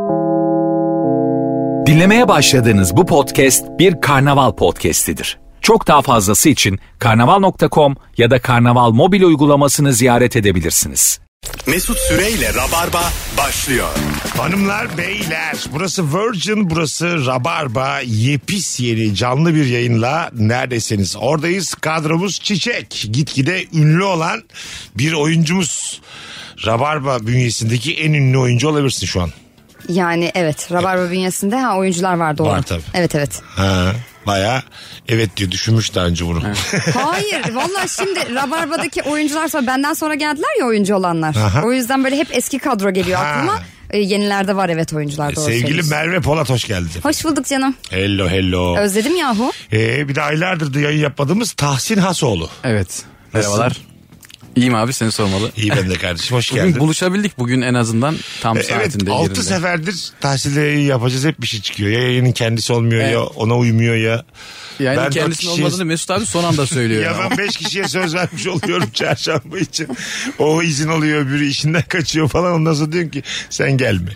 Dinlemeye başladığınız bu podcast bir karnaval podcastidir. Çok daha fazlası için karnaval.com ya da karnaval mobil uygulamasını ziyaret edebilirsiniz. Mesut Süreyle Rabarba başlıyor. Hanımlar, beyler, burası Virgin, burası Rabarba. Yepis yeni canlı bir yayınla neredesiniz oradayız. Kadromuz çiçek. Gitgide ünlü olan bir oyuncumuz. Rabarba bünyesindeki en ünlü oyuncu olabilirsin şu an. Yani evet, Rabarba bünyesinde oyuncular var, doğru. Var tabii. Evet. Ha, bayağı evet diyor, düşünmüş daha önce bunu. Hayır, vallahi şimdi Rabarba'daki oyuncular sonra benden sonra geldiler ya, oyuncu olanlar. Aha. O yüzden böyle hep eski kadro geliyor aklıma. Yenilerde var evet oyuncular, doğru Sevgili söylüyorsun. Merve Polat, hoş geldin. Hoş bulduk canım. Hello. Özledim yahu. Bir de aylardır da yayın yapmadığımız Tahsin Hasoğlu. Evet. Merhabalar. İyiyim abi, seni sormalı. İyi, ben de kardeşim, hoş geldin. Bugün buluşabildik, bugün en azından tam Evet, saatinde. 6 yerinde. seferdir Tahsil'le yapacağız, hep bir şey çıkıyor. Ya yayının kendisi olmuyor, Evet. ya ona uymuyor ya. Yani Ben kendisinin 4 kişiye- olmadığını Mesut abi son anda söylüyor. Ya ben 5 kişiye söz vermiş oluyorum çarşamba için. O izin alıyor, öbürü işinden kaçıyor falan. Ondan sonra diyorum ki sen gelme.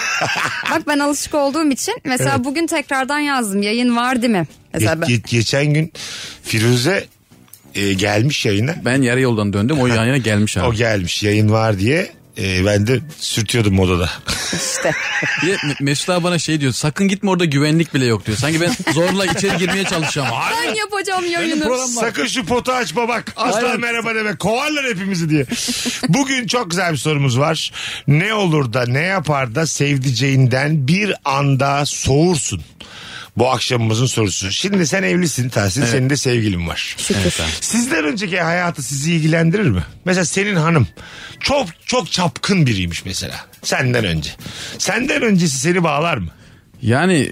Bak ben alışık olduğum için mesela Evet. bugün tekrardan yazdım, yayın var değil mi? Mesela Geçen gün Firuze gelmiş yayına. Ben yarı yoldan döndüm, o yan yana gelmiş abi. O gelmiş, yayın var diye. Ben de sürtüyordum odada. işte. Bir de Mesut abi bana şey diyor, sakın gitme, orada güvenlik bile yok diyor. Sanki ben zorla içeri girmeye çalışıyorum. Ben yapacağım Benim yayını. program var. Sakın şu potu açma bak. Asla Aynen. merhaba deme. Kovarlar hepimizi diye. Bugün çok güzel bir sorumuz var. Ne olur da ne yapar da sevdiceğinden bir anda soğursun? Bu akşamımızın sorusu. Şimdi sen evlisin Tahsin, senin de sevgilin var. Şükür. Sizden önceki hayatı sizi ilgilendirir mi? Mesela senin hanım çok çapkın biriymiş mesela. Senden önce. Senden öncesi seni bağlar mı? Yani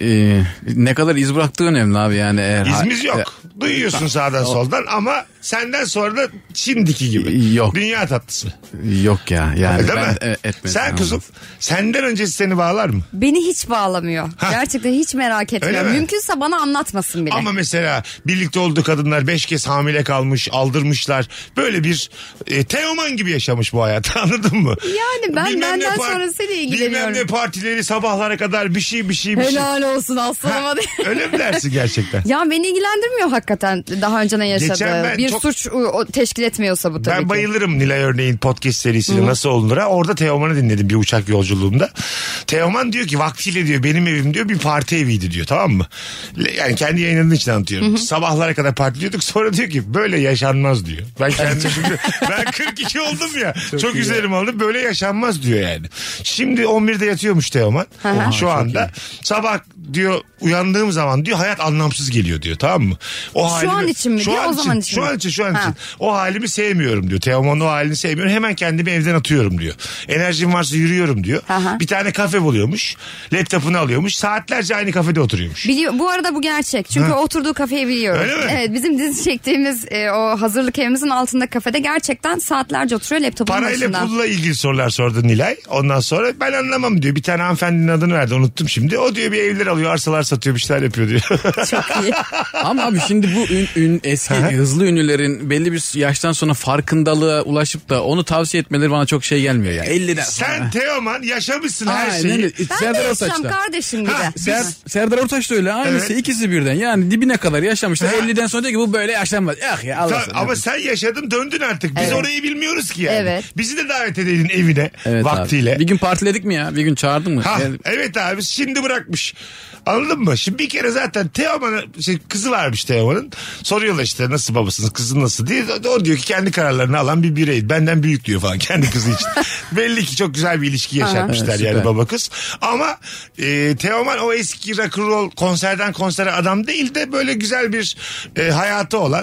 ne kadar iz bıraktığı önemli abi yani. Eğer İzimiz yok. Duyuyorsun sağdan soldan ama senden sonra da şimdiki gibi. Yok. Dünya tatlısı. Yok ya yani Değil mi? ben etmedim. Sen kızım, senden öncesi seni bağlar mı? Beni hiç bağlamıyor. Gerçekten hiç merak Öyle etmiyorum. mi? Mümkünse bana anlatmasın bile. Ama mesela birlikte olduğu kadınlar 5 kez hamile kalmış, aldırmışlar. Böyle bir Teoman gibi yaşamış bu hayatı, anladın mı? Yani ben Bilmem benden ne sonrasıyla ilgileniyorum. Bilmem ne partileri sabahlara kadar bir şey. Helal olsun aslanıma diye. Öyle mi dersin gerçekten? Ya beni ilgilendirmiyor hakikaten daha önceden Geçen yaşadığı. ben Bir çok- suç teşkil etmiyorsa bu tabii Ben ki. bayılırım Nilay Örneğin podcast serisiyle nasıl olunur'a. Orada Teoman'ı dinledim bir uçak yolculuğumda. Teoman diyor ki vaktiyle diyor benim evim diyor bir parti eviydi diyor, tamam mı? Yani kendi yayınının için anlatıyorum. Sabahlara kadar partiliyorduk, sonra diyor ki böyle yaşanmaz diyor. Ben kendim şimdi ben 42 oldum ya. Çok üzerim aldım, böyle yaşanmaz diyor yani. Şimdi 11'de yatıyormuş Teoman. Şu anda sabah diyor uyandığım zaman diyor hayat anlamsız geliyor diyor, tamam mı? O an için mi Şu diyor, an o zaman için Şu mi? an için, şu an Ha. için. O halimi sevmiyorum diyor. Teoman'ın o halini sevmiyorum. Hemen kendimi evden atıyorum diyor. Enerjim varsa yürüyorum diyor. Aha. Bir tane kafe buluyormuş. Laptopunu alıyormuş. Saatlerce aynı kafede oturuyormuş. Biliyor, bu arada bu gerçek. Çünkü oturduğu kafeyi biliyorum. Öyle mi? Evet, bizim dizi çektiğimiz o hazırlık evimizin altındaki kafede gerçekten saatlerce oturuyor laptopunun Parayla başında. pulla ilgili sorular sordu Nilay. Ondan sonra ben anlamam diyor. Bir tane hanımefendinin adını verdi, unuttum şimdi. O diyor bir evler alıyor, arsalar satıyor, bir şeyler yapıyor diyor. Çok iyi. Ama abi şimdi bu eski hızlı ünlülerin belli bir yaştan sonra farkındalığa ulaşıp da onu tavsiye etmeleri bana çok şey gelmiyor ya. 50'den Sen Teoman yaşamışsın her Aynen şeyi. öyle. Ben de Serdar yaşam Ortaç'ta. kardeşim gibi. Ha, Serdar Ortaç da öyle aynısı, Evet. ikisi birden yani dibine kadar yaşamışlar. Ha. 50'den sonra diyor ki bu böyle yaşanmaz. Ya Allah Ta- sana. ama sen yaşadın, döndün artık. Biz Evet. orayı bilmiyoruz ki yani. Evet. Bizi de davet edeydin evine Evet vaktiyle. abi. Bir gün partiledik mi ya? Bir gün çağırdın mı? Ha, Yani- evet abi, şimdi bırakmış. Anladın mı? Şimdi bir kere zaten Teoman'a kızı varmış Teoman'ın. Soruyorlar işte nasıl babasınız, kızın nasıl diye. O diyor ki kendi kararlarını alan bir birey. Benden büyük diyor falan kendi kızı için. Belli ki çok güzel bir ilişki yaşatmışlar Evet, yani süper. baba kız. Ama Teoman o eski rock and roll konserden konsere adam değil de böyle güzel bir hayatı olan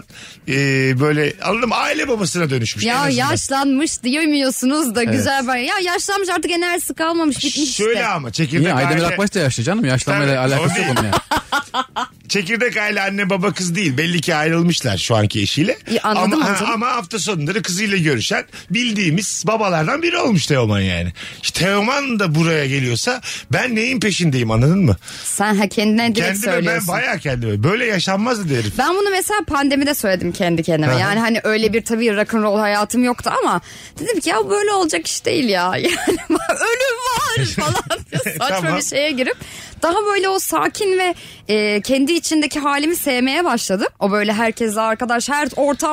böyle anladın mı? Aile babasına dönüşmüş. en Ya azından. yaşlanmış diyemiyorsunuz da güzel böyle. Ya yaşlanmış artık, enerjisi kalmamış, bitmiş Şöyle işte. ama çekirdek Niye? Aydemir aile... Akbaş da yaşlı canım. Yaşlanmayla Tabii, alakası o yok değil. onun ya. Çekirdek aile anne baba kız değil. Belli ki ayrılmışlar şu anki eşiyle. İyi, anladım ama, canım. ama hafta sonları kızıyla görüşen bildiğimiz babalardan biri olmuş Teoman yani. İşte Teoman da buraya geliyorsa ben neyin peşindeyim, anladın mı? Sen kendine direkt Kendime, söylüyorsun. ben bayağı kendime. Böyle yaşanmazdı derim. Ben bunu mesela pandemide söyledim kendi kendime. Aha. Yani hani öyle bir tabii rock'n'roll hayatım yoktu ama dedim ki ya böyle olacak iş değil ya. Yani ölüm var falan. saçma Tamam. bir şeye girip daha böyle o sakin ve kendi içindeki halimi sevmeye başladım. O böyle herkesle arkadaş, her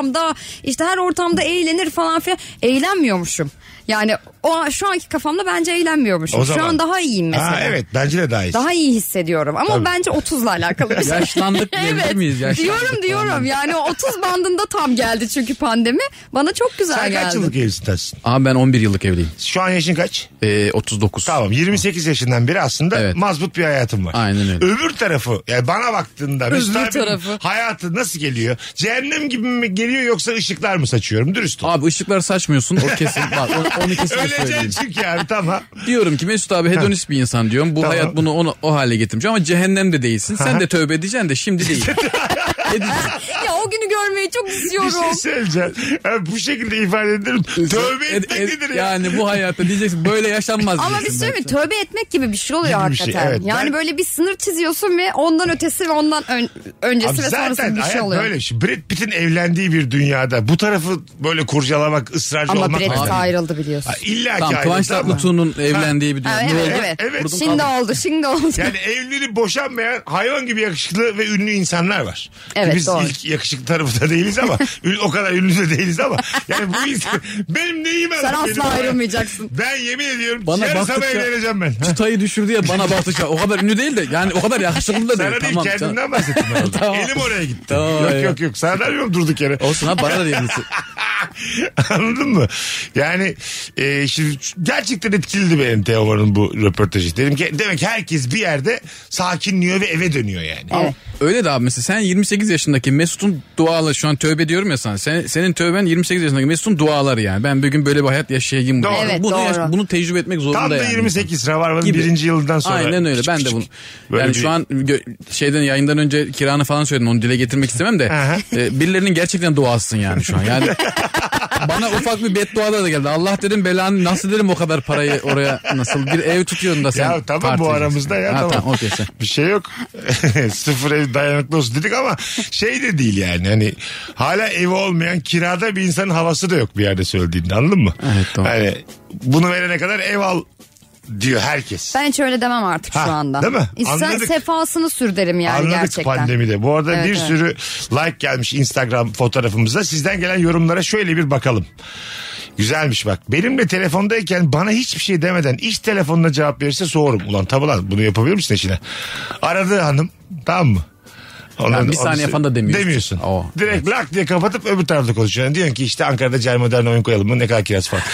ortamda eğlenir falan filan. Eğlenmiyormuşum. Yani şu anki kafamda bence eğlenmiyormuşum. O zaman. Şu an daha iyiyim mesela. Ha, evet bence de daha iyi. Daha iyi hissediyorum ama Tabii. bence 30'la alakalı bir şey. Yaşlandık diyebilir Evet. miyiz? Yaşlandık Diyorum. falan. Yani o 30 bandında tam geldi çünkü pandemi. Bana çok güzel Sen geldi. kaç yıllık evlisin Tahsin? Abi ben 11 yıllık evliyim. Şu an yaşın kaç? 39. Tamam 28 yaşından beri aslında Evet. mazbut bir hayatım var. Aynen öyle. Öbür tarafı yani bana baktığında Mesut abinin tarafı. hayatı nasıl geliyor? Cehennem gibi mi geliyor yoksa ışıklar mı saçıyorum? Dürüst ol. Abi ışıklar saçmıyorsun, o kesin. Bak onu kesin Öleceksin söyleyeyim. çünkü abi tamam. Diyorum ki Mesut abi hedonist bir insan diyorum. Bu Tamam. hayat bunu o hale getirmiş ama cehennemde değilsin. Sen de tövbe edeceksin de şimdi değil. Edeceksin. Ya o günü görmeyi çok Bir istiyorum. şey söyleyeceğim. Yani bu şekilde ifade ederim. Tövbe etmek nedir ya? Yani bu hayatta diyeceksin böyle yaşanmaz. Ama bir diyeceksin şey mi? belki. Tövbe etmek gibi bir şey oluyor Gibi bir şey, hakikaten. evet. Yani Ben- böyle bir sınır çiziyorsun ve ondan ötesi ve ondan öncesi Abi ve sonrası zaten bir şey hayat oluyor. böyle. Şimdi Brad Pitt'in evlendiği bir dünyada bu tarafı böyle kurcalamak, ısrarcı Ama olmak. Brad Pitt lazım. ayrıldı biliyorsun. Ha, İlla ki Tamam ayrıldı Kıvanç ama- Tatlıtuğ'un evlendiği bir dünya. Evet, Ne oldu? evet. Evet. Vurdum Şimdi kaldım. oldu. Yani evlenip boşanmayan hayvan gibi yakışıklı ve ünlü insanlar var. Evet, Biz doğru. ilk yakışıklı tarafı da değiliz ama o kadar ünlü de değiliz ama yani bu insan benim neyime Sen laf asla ediyor? ayrılmayacaksın. Ben yemin ediyorum Bana yarın sabah baktıkça- evleneceğim ben. Ha? Çıtayı düşürdü ya bana baktıkça. O kadar ünlü değil de yani o kadar yakışıklı da değil. Sana değil Tamam, kendimden bahsettim ben orada. Tamam. Elim oraya gitti. Tamam, yok. Sana demiyorum durduk yere. Olsun ha bana da diyebilirsin. Anladın mı? Yani şimdi gerçekten etkiledi benim Teoman'ın bu röportajı. Dedim ki demek ki herkes bir yerde sakinliyor ve eve dönüyor yani. Evet. Öyle de abi mesela sen 28 yaşındaki Mesut'un duaları şu an tövbe diyorum ya sana. Senin tövben 28 yaşındaki Mesut'un duaları yani. Ben bir gün böyle bir hayat yaşayayım. Doğru. Evet, bunu, doğru. Bunu tecrübe etmek zorunda Tam da yani. 28 Rabarba'nın Gibi. birinci yılından sonra. Aynen öyle. Ben de bunu. Böyle Yani bir- şu an yayından önce kiranı falan söyledim. Onu dile getirmek istemem de. Aha. Birilerinin gerçekten duasısın yani şu an. Yani bana ufak bir beddua da geldi. Allah dedim belanı nasıl dedim o kadar parayı oraya nasıl bir ev tutuyorsun da sen. Ya tamam bu tartacaksın. aramızda ya Ha, tamam. tamam okey sen. Bir şey yok. Sıfır ev dayanıklı olsun dedik ama şey de değil yani. Hani hala evi olmayan kirada bir insanın havası da yok bir yerde söylediğinde anladın mı? Evet, doğru. Hani bunu verene kadar ev al diyor herkes. Ben hiç öyle demem artık Ha, şu anda. değil mi? Sen Anladık. sefasını sür derim yani Anladık gerçekten. pandemide. Bu arada Evet, bir evet. sürü like gelmiş Instagram fotoğrafımıza. Sizden gelen yorumlara şöyle bir bakalım. Güzelmiş bak. Benimle telefondayken bana hiçbir şey demeden iş telefonuna cevap verirse soğurum. Ulan tabi lan bunu yapabilir misin eşine? Aradı hanım tamam mı? Yani bir saniye falan da demiyorsun. Demiyorsun. Oo, Direkt lak diye kapatıp öbür tarafta konuşuyorsun. Diyorsun ki işte Ankara'da Cel Modern oyun koyalım mı ne kadar kirası falan.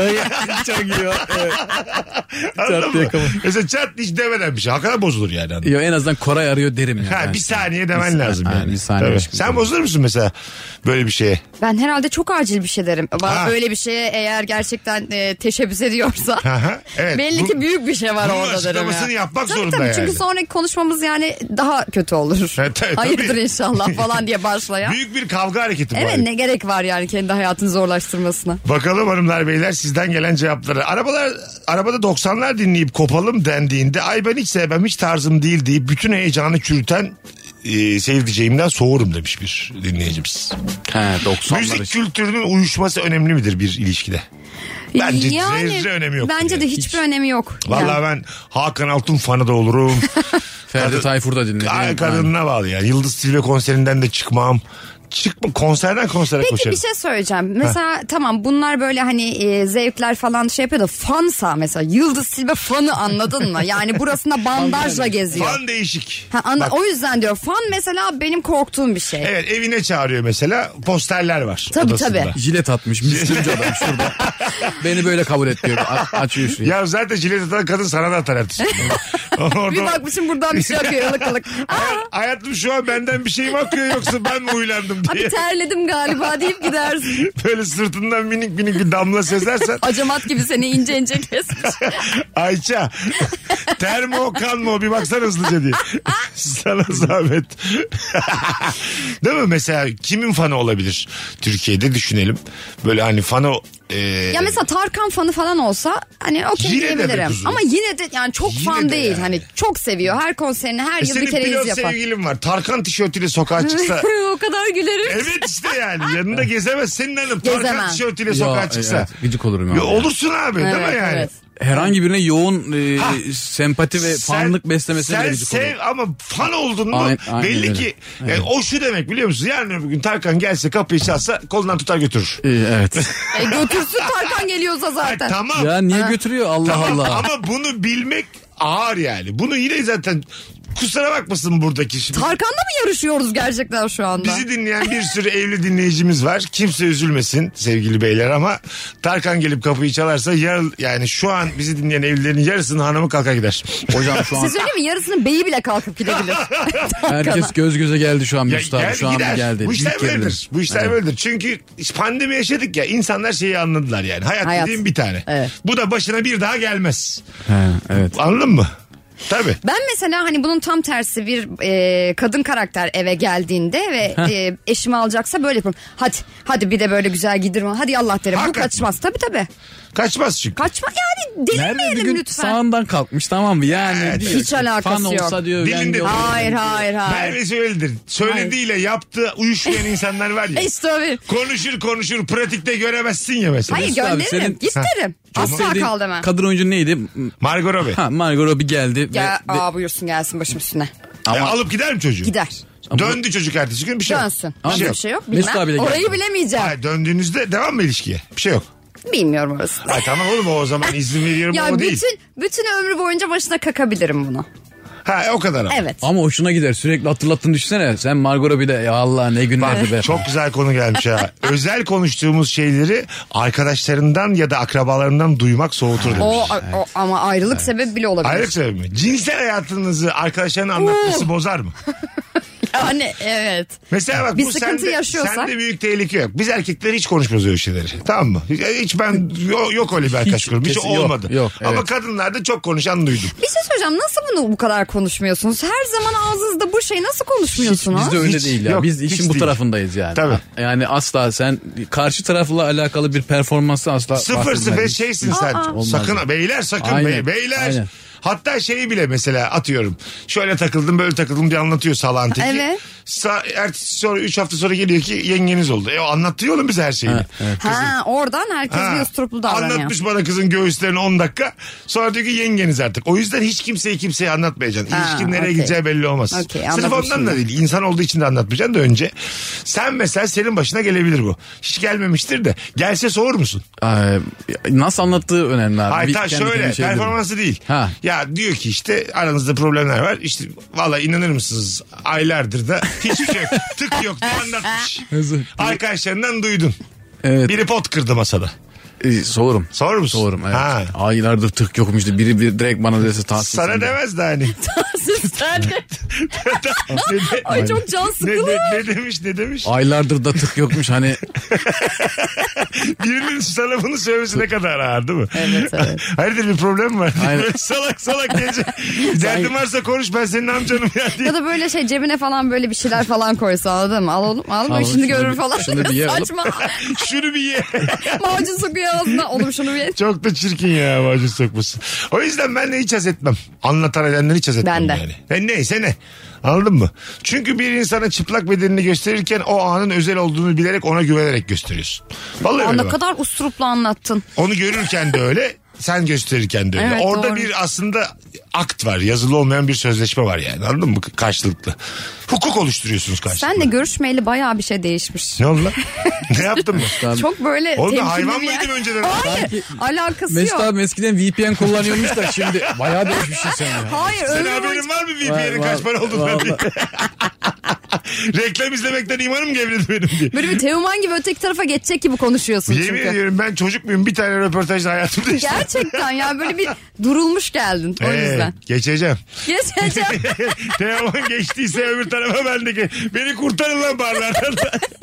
Çok iyi o. Evet. Anladın Çat diye mı? kapat. Mesela çat hiç demeden bir şey. Hakikaten bozulur yani. anladın mı? Yo, en azından Koray arıyor derim yani. Ha, bir saniye demen lazım yani. Bir saniye. Tabii. aşkım. Sen bozulur musun mesela böyle bir şeye? Ben herhalde çok acil bir şey derim. Bana Ha. böyle bir şeye eğer gerçekten teşebbüs ediyorsa Aha, evet. belli Bu- ki büyük bir şey var bunun orada derim açıklamasını ya. yapmak Tabii, zorunda tabii. yani. Çünkü sonraki konuşmamız yani daha kötü olur. tabii. Hayırdır inşallah falan diye başlayan. Büyük bir kavga hareketi bu. Evet hareket. ne gerek var yani kendi hayatını zorlaştırmasına. Bakalım hanımlar beyler sizden gelen cevapları. Arabada 90'lar dinleyip kopalım dendiğinde ay ben hiç sevmem hiç tarzım değil deyip bütün heyecanı çürüten sevdiceğimden soğurum demiş bir dinleyicimiz. He 90'lar Müzik işte. kültürünün uyuşması önemli midir bir ilişkide? Bence Yani, zerre önemi yok. Bence de hiçbir önemi yok. Vallahi Yani. ben Hakan Altun fanı da olurum. Ferdi Tayfur da dinledi. Ay Yani. kadınına bağlı yani. Yıldız Tilbe konserinden de çıkmam. Konserden konsere Peki koşarım. bir şey söyleyeceğim. Mesela tamam bunlar böyle hani zevkler falan şey yapıyor da fansa mesela Yıldız Tilbe fanı anladın mı? Yani burasında bandajla geziyor. Fan değişik. Ha, o yüzden diyor fan mesela benim korktuğum bir şey. Evet evine çağırıyor mesela posterler var Tabii, odasında. tabii. Jilet atmış. Müslümcü adam şurada. Beni böyle kabul et diyor. Açıyor şurayı. Ya zaten jilet atan kadın sana da atar ertesi gün. Orada- Bir bakmışım buradan bir şey akıyor ılık ılık. Hayatım şu an benden bir şey mi akıyor yoksa ben mi uylandım diye. Abi terledim galiba deyip gidersin. Böyle sırtından minik minik bir damla sezersen. Acamat gibi seni ince ince kesmiş. Ayça ter mi o kan mı o bir baksana hızlıca diye. Sana zahmet. Değil mi mesela kimin fanı olabilir Türkiye'de düşünelim. Böyle hani fanı Ya mesela Tarkan fanı falan olsa hani okey Yine de be diyebilirim. kuzum. Ama yine de yani çok Yine fan de değil. yani. Hani çok seviyor. Her konserini her yıl senin bir kere pilot yapar. sevgilin var. Tarkan tişörtüyle sokağa çıksa. O kadar gülerim. Evet işte yani yanında gezemez. Senin hanım Tarkan Gezemem. tişörtüyle Ya, sokağa çıksa. evet, gıcık olurum Ya abi. olursun abi değil mi Evet, yani? evet. herhangi birine yoğun sempati ve fanlık beslemesine sen gıcık sev oluyor. ama fan oldun mu Aynen belli öyle. ki o şu demek biliyor musun? Yarın öbür gün Tarkan gelse kapıyı çalsa kolundan tutar götürür. Evet. Götürsün, Tarkan geliyorsa zaten. Tamam. Ya niye götürüyor Allah Tamam Allah. ama bunu bilmek ağır yani. Bunu yine zaten kusura bakmasın buradaki şimdi. Tarkan'la mı yarışıyoruz gerçekten şu anda? Bizi dinleyen bir sürü evli dinleyicimiz var. Kimse üzülmesin sevgili beyler ama Tarkan gelip kapıyı çalarsa yani şu an bizi dinleyen evlilerin yarısının hanımı kalkar gider. Hocam şu an Siz söyleyeyim mi? Yarısının beyi bile kalkıp gidebilir. herkes göz göze geldi şu an Ya, Mesut abi. Şu an gider. geldi. Bu işler Büyük gerilim. böyledir. Bu işler Evet. böyledir. Çünkü pandemi yaşadık ya, insanlar şeyi anladılar yani. Hayat dediğim bir tane. Evet. Bu da başına bir daha gelmez. Evet. Anladın mı? Tabii. Ben mesela hani bunun tam tersi bir kadın karakter eve geldiğinde ve eşimi alacaksa böyle yapıyorum. Hadi bir de böyle güzel giydirme. Hadi yallah derim. Hakikaten. Bu kaçmaz. Tabii. Kaçmaz çünkü. Kaçma yani, Nerede bir delirmeyelim gün lütfen. sağından kalkmış tamam mı? Yani Evet, diyor hiç ki, alakası fan yok. olsa diyor. Dilinde yani Hayır. Mervesi öyledir. Söylediğiyle yaptığı uyuşmayan insanlar var ya. İşte öyle. Konuşur pratikte göremezsin ya mesela. Hayır Mesut abi, gönderirim. senin- Git derim. Asla Sevdiğin kal demem. kadın oyuncu neydi? Margot Robbie. Ha, Margot Robbie geldi. Ya, ve, buyursun gelsin başım üstüne. ama alıp gider mi çocuğu? Gider. Döndü çocuk ertesi gün bir şey Dönsün. yok. Bir Bir şey yok. Mesut Bilmem. abiyle Orayı geldi. bilemeyeceğim. Hayır, döndüğünüzde devam mı ilişkiye? Bir şey yok. Bilmiyorum orasını. Ay tamam oğlum o zaman izin veriyorum Ya ama değil. bütün ömrü boyunca başına kakabilirim bunu. Ha o kadar ama. Evet. ama hoşuna gider. Sürekli hatırlattığını düşünsene. Sen Margot Robbie'de ya Allah ne günlerdi be. Çok güzel konu gelmiş ha. Özel konuştuğumuz şeyleri arkadaşlarından ya da akrabalarından duymak soğutur demiş. O ama ayrılık sebebi bile olabilir. Ayrık sebebi mi? Cinsel hayatınızı arkadaşlarına anlatması bozar mı? Yani evet. Mesela bak Bir bu sıkıntı yaşıyorsak- sende büyük tehlike yok. Biz erkekler hiç konuşmuyoruz öyle şeyleri. Tamam mı? Hiç ben yok öyle bir arkadaş kurum. Hiç kesin yok, olmadı. yok, Ama evet. kadınlarda çok konuşan duydum. Bir şey söyleyeceğim. Nasıl bunu bu kadar konuşmuyorsunuz? Her zaman ağzınızda bu şey nasıl konuşmuyorsunuz? Bizde öyle Hiç değil ya. yok, Biz hiç işin bu değil. tarafındayız yani. Tabii. Yani asla sen karşı tarafla alakalı bir performansı asla Sıfır bahsetmez. şeysin sen. Olmaz Sakın ya. beyler sakın Aynen, beyler. aynen. Hatta şeyi bile mesela atıyorum. Şöyle takıldım böyle takıldım diye anlatıyor salağın teki. Evet. Ertesi sonra 3 hafta sonra geliyor ki yengeniz oldu. O anlatıyor oğlum bize her şeyini. Ha, oradan herkes bir usturuplu davranıyor. Anlatmış bana kızın göğüslerini 10 dakika. Sonra diyor ki yengeniz artık. O yüzden hiç kimseye anlatmayacaksın. Ha, İlişkin nereye okey. gideceği belli olmaz. Okey, Sırf anladım ondan şimdi. da değil. İnsan olduğu için de anlatmayacaksın da önce. Sen mesela senin başına gelebilir bu. Hiç gelmemiştir de. Gelse soğur musun? Nasıl anlattığı önemli abi. Hayır Bir ta kendi şöyle kendine şey performansı değil. Ha. Ya diyor ki işte aranızda problemler var. İşte valla inanır mısınız aylardır da hiçbir şey yok. Tık yok diye anlatmış. Hızlı. Arkadaşlarından duydun. Evet. Biri pot kırdı masada. Soğurum. Soğur musun? Soğurum evet. Ha. Aylardır tık yokmuştu. Biri direkt bana dese tahsis. Sana demez de hani. Sen de. Ne, Ay çok can sıkılıyor. ne demiş? Aylardır da tık yokmuş hani. Birinin sana bunu söylemesi ne kadar ağır değil mi? Evet. Hayırdır bir problem mi var? Aynen. Böyle salak gece. Derdin varsa konuş ben senin amcanım ya diye. Ya da böyle cebine falan böyle bir şeyler falan koysa, anladın mı? Al oğlum Al, şimdi görür şunu falan. şunu bir ye oğlum. Saçma. Şunu bir ye. Macun sokuyor ağzına. Oğlum şunu bir ye. Çok da çirkin ya macun sokması. O yüzden ben de hiç haz etmem. Anlatan edenden hiç haz etmem Ben de. yani. Neyse ne. Anladın mı? Çünkü bir insana çıplak bedenini gösterirken o anın özel olduğunu bilerek ona güvenerek gösteriyorsun. Vallahi Aa, öyle ne bak. kadar usturuplu anlattın. Onu görürken de öyle, sen gösterirken de öyle. Evet, Orada doğru. bir aslında akt var. Yazılı olmayan bir sözleşme var yani. Anladın mı? Karşılıklı. Hukuk oluşturuyorsunuz karşılıklı. Sen de görüşmeyeli bayağı bir şey değişmiş. Ne oldu lan? Ne yaptın mı? Çok böyle Oğlum ben temkinli hayvan bir yer. mıydım önceden? Hayır. Alakası Mesut yok. abi eskiden VPN kullanıyormuş da şimdi bayağı değişmişsin sen ya. Hayır Senin öyle haberin var mı VPN'in Var, kaç para olduğunu? vallahi. Reklam izlemekten imanım gevredi benim diye. Böyle bir Teoman gibi öteki tarafa geçecek gibi konuşuyorsun Yemin çünkü. ediyorum ben çocuk muyum? Bir tane röportajda hayatım değişti. Gerçekten ya böyle bir durulmuş geldin o yüzden. Geçeceğim. Geçeceğim. Teoman geçtiyse öbür tarafa ben de beni kurtarın lan barlardan.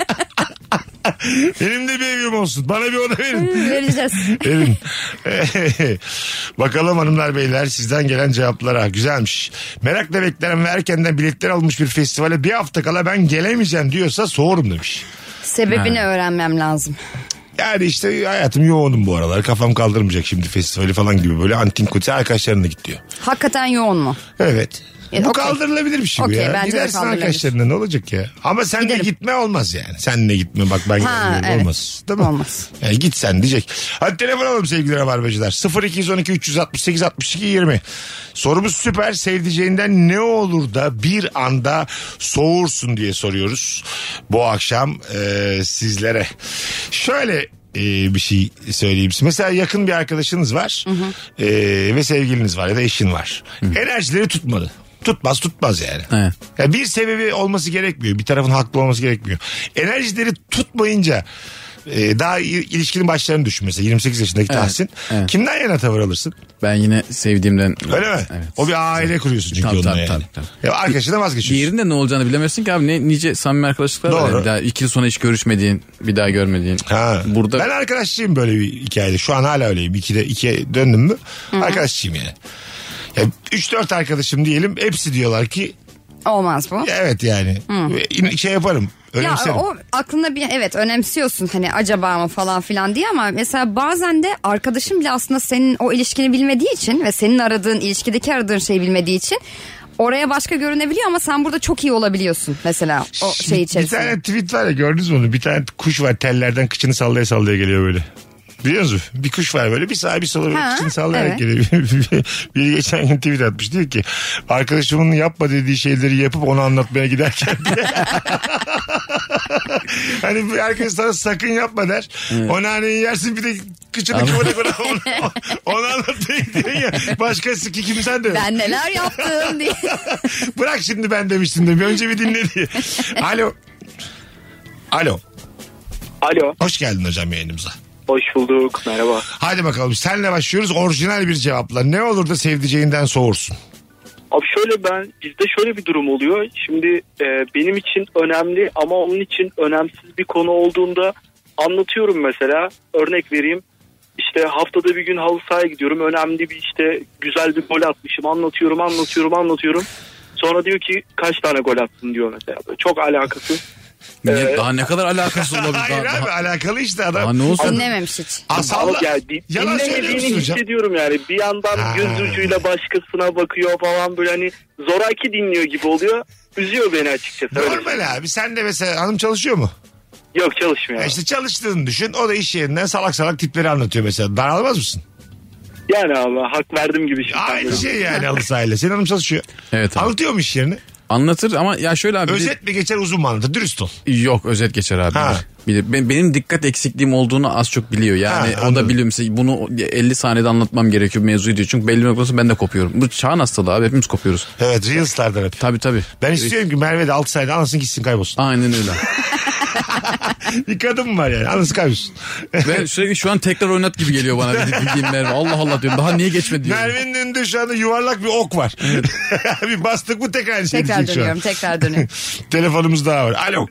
Benim de bir evim olsun. Bana bir oda verin. Vereceğiz. Verin. Bakalım hanımlar beyler sizden gelen cevaplara. Güzelmiş. Merakla beklenen ve erkenden biletler almış bir festivale bir hafta kala ben gelemeyeceğim diyorsa soğurum demiş. Sebebini öğrenmem lazım. Yani işte hayatım yoğunum bu aralar. Kafam kaldırmayacak şimdi festivali falan gibi böyle antin kuti arkadaşlarına git diyor. Hakikaten yoğun mu? Evet. Yani, Bu okey. kaldırılabilir bir şey bu Okey, ya. bence de Gidersin kaldırılabilir. arkadaşlarına, ne olacak ya. Ama sen de Giderim. gitme olmaz yani. Sen de gitme bak ben gidiyorum evet. olmaz. Değil mi? Olmaz. Yani git sen diyecek. Hadi telefon alalım sevgili Rabarbacılar. 0212 368 62 20. Sorumuz süper. Sevdiceğinden ne olur da bir anda soğursun diye soruyoruz. Bu akşam sizlere. Şöyle bir şey söyleyeyim size. Mesela yakın bir arkadaşınız var ve sevgiliniz var ya da eşin var. Enerjileri tutmadı. Tutmaz yani. Evet. Ya bir sebebi olması gerekmiyor. Bir tarafın haklı olması gerekmiyor. Enerjileri tutmayınca daha ilişkinin başlarını düşün mesela 28 yaşındaki Tahsin. evet. Kimden yana tavır alırsın? Ben yine sevdiğimden. Öyle mi? Evet. O bir aile kuruyorsun çünkü Tabii, onunla tabii, yani. tabii. Ya arkadaşına vazgeçiyorsun. Diğerinde ne olacağını bilemezsin ki abi. Nice samimi arkadaşlıklar var. Doğru. ya. Bir daha 2 yıl sonra hiç görüşmediğin, bir daha görmediğin. Ha. Burada Ben arkadaşçıyım böyle bir hikayede. Şu an hala öyleyim. İkiye döndüm mü arkadaşçıyım yani. Ya 3-4 arkadaşım diyelim. Hepsi diyorlar ki Olmaz bu. evet yani. Şey yaparım. Ya Önemserim. o aklında bir evet önemsiyorsun hani acaba mı falan filan diye ama mesela bazen de arkadaşın bile aslında senin o ilişkini bilmediği için ve senin aradığın ilişkideki aradığın şeyi bilmediği için oraya başka görünebiliyor ama sen burada çok iyi olabiliyorsun mesela o şey Bir içerisinde. tane tweet var ya, gördünüz mü onu? Bir tane kuş var, tellerden kıçını sallaya sallaya geliyor böyle. Biliyor musun? Bir kuş var böyle, bir sağa bir sola böyle Ha, kıçını sallayarak evet. geliyor. Biri geçen gün tweet atmış, diyor ki arkadaşımın yapma dediği şeyleri yapıp onu anlatmaya giderken diye. Hani bir arkadaş sana sakın yapma der. O naneyi yersin, bir de kıçını kıvıra kıvıra onu anlatmaya gidiyorsun ya. Başkası ki kimsen de. Ben neler yaptım diye. Bırak şimdi ben demiştim de. Bir önce bir dinle diye. Alo. Alo. Alo. Hoş geldin hocam yayınımıza. Hoş bulduk. Merhaba. Hadi bakalım, senle başlıyoruz. Orijinal bir cevapla. Ne olur da sevdiceğinden soğursun? Abi bizde şöyle bir durum oluyor. Şimdi benim için önemli ama onun için önemsiz bir konu olduğunda anlatıyorum mesela. Örnek vereyim. İşte haftada bir gün halı sahaya gidiyorum. Önemli bir işte güzel bir gol atmışım. Anlatıyorum. Sonra diyor ki kaç tane gol attın diyor mesela. Böyle çok alakasız. daha ne kadar alakası olabilir? Hayır Daha- abi, alakalı işte adam. Daha ne olsun? Dinlememiş hiç. Asalla. Ama Yalan söylüyor musun dinlemediğini hocam? hissediyorum yani. Bir yandan göz ucuyla başkasına bakıyor falan, böyle hani zoraki dinliyor gibi oluyor. Üzüyor beni açıkçası. Öyle. Normal abi. Sen de mesela, hanım çalışıyor mu? Yok, çalışmıyor. Ya işte çalıştığını düşün. O da iş yerinden salak salak tipleri anlatıyor mesela. Daralmaz mısın? Yani abi hak verdim gibi. Şimdi Aynı şey yani halı sahayla. Senin hanım çalışıyor. Evet abi. Anlatıyor mu iş yerini? Anlatır ama ya şöyle abi. Özet mi geçer, uzun mu anlatır? Dürüst ol. Yok, özet geçer abi. Ha. Benim dikkat eksikliğim olduğunu az çok biliyor. Yani Ha, o anladım. da biliyor. Mesela bunu 50 saniyede anlatmam gerekiyor mevzuyu diyor. Çünkü belli bir noktada ben de kopuyorum. Bu çağın hastalığı abi, hepimiz kopuyoruz. Evet, Reels'lardan hep. Tabii. Ben istiyorum ki Merve de 6 sayede anlasın, gitsin, kaybolsun. Aynen öyle. Bir kadın mı var yani? Anlasın, kaybolsun. Ve sürekli şu an tekrar oynat gibi geliyor bana. Bildiğim Merve. Allah Allah diyorum. Daha niye geçmedi diyorum. Merve'nin önünde şu anda yuvarlak bir ok var. Bir bastık mı tekrar aynı şey Tekrar diyecek şu an. dönüyorum, tekrar dönüyorum. Telefonumuz daha var. Alo.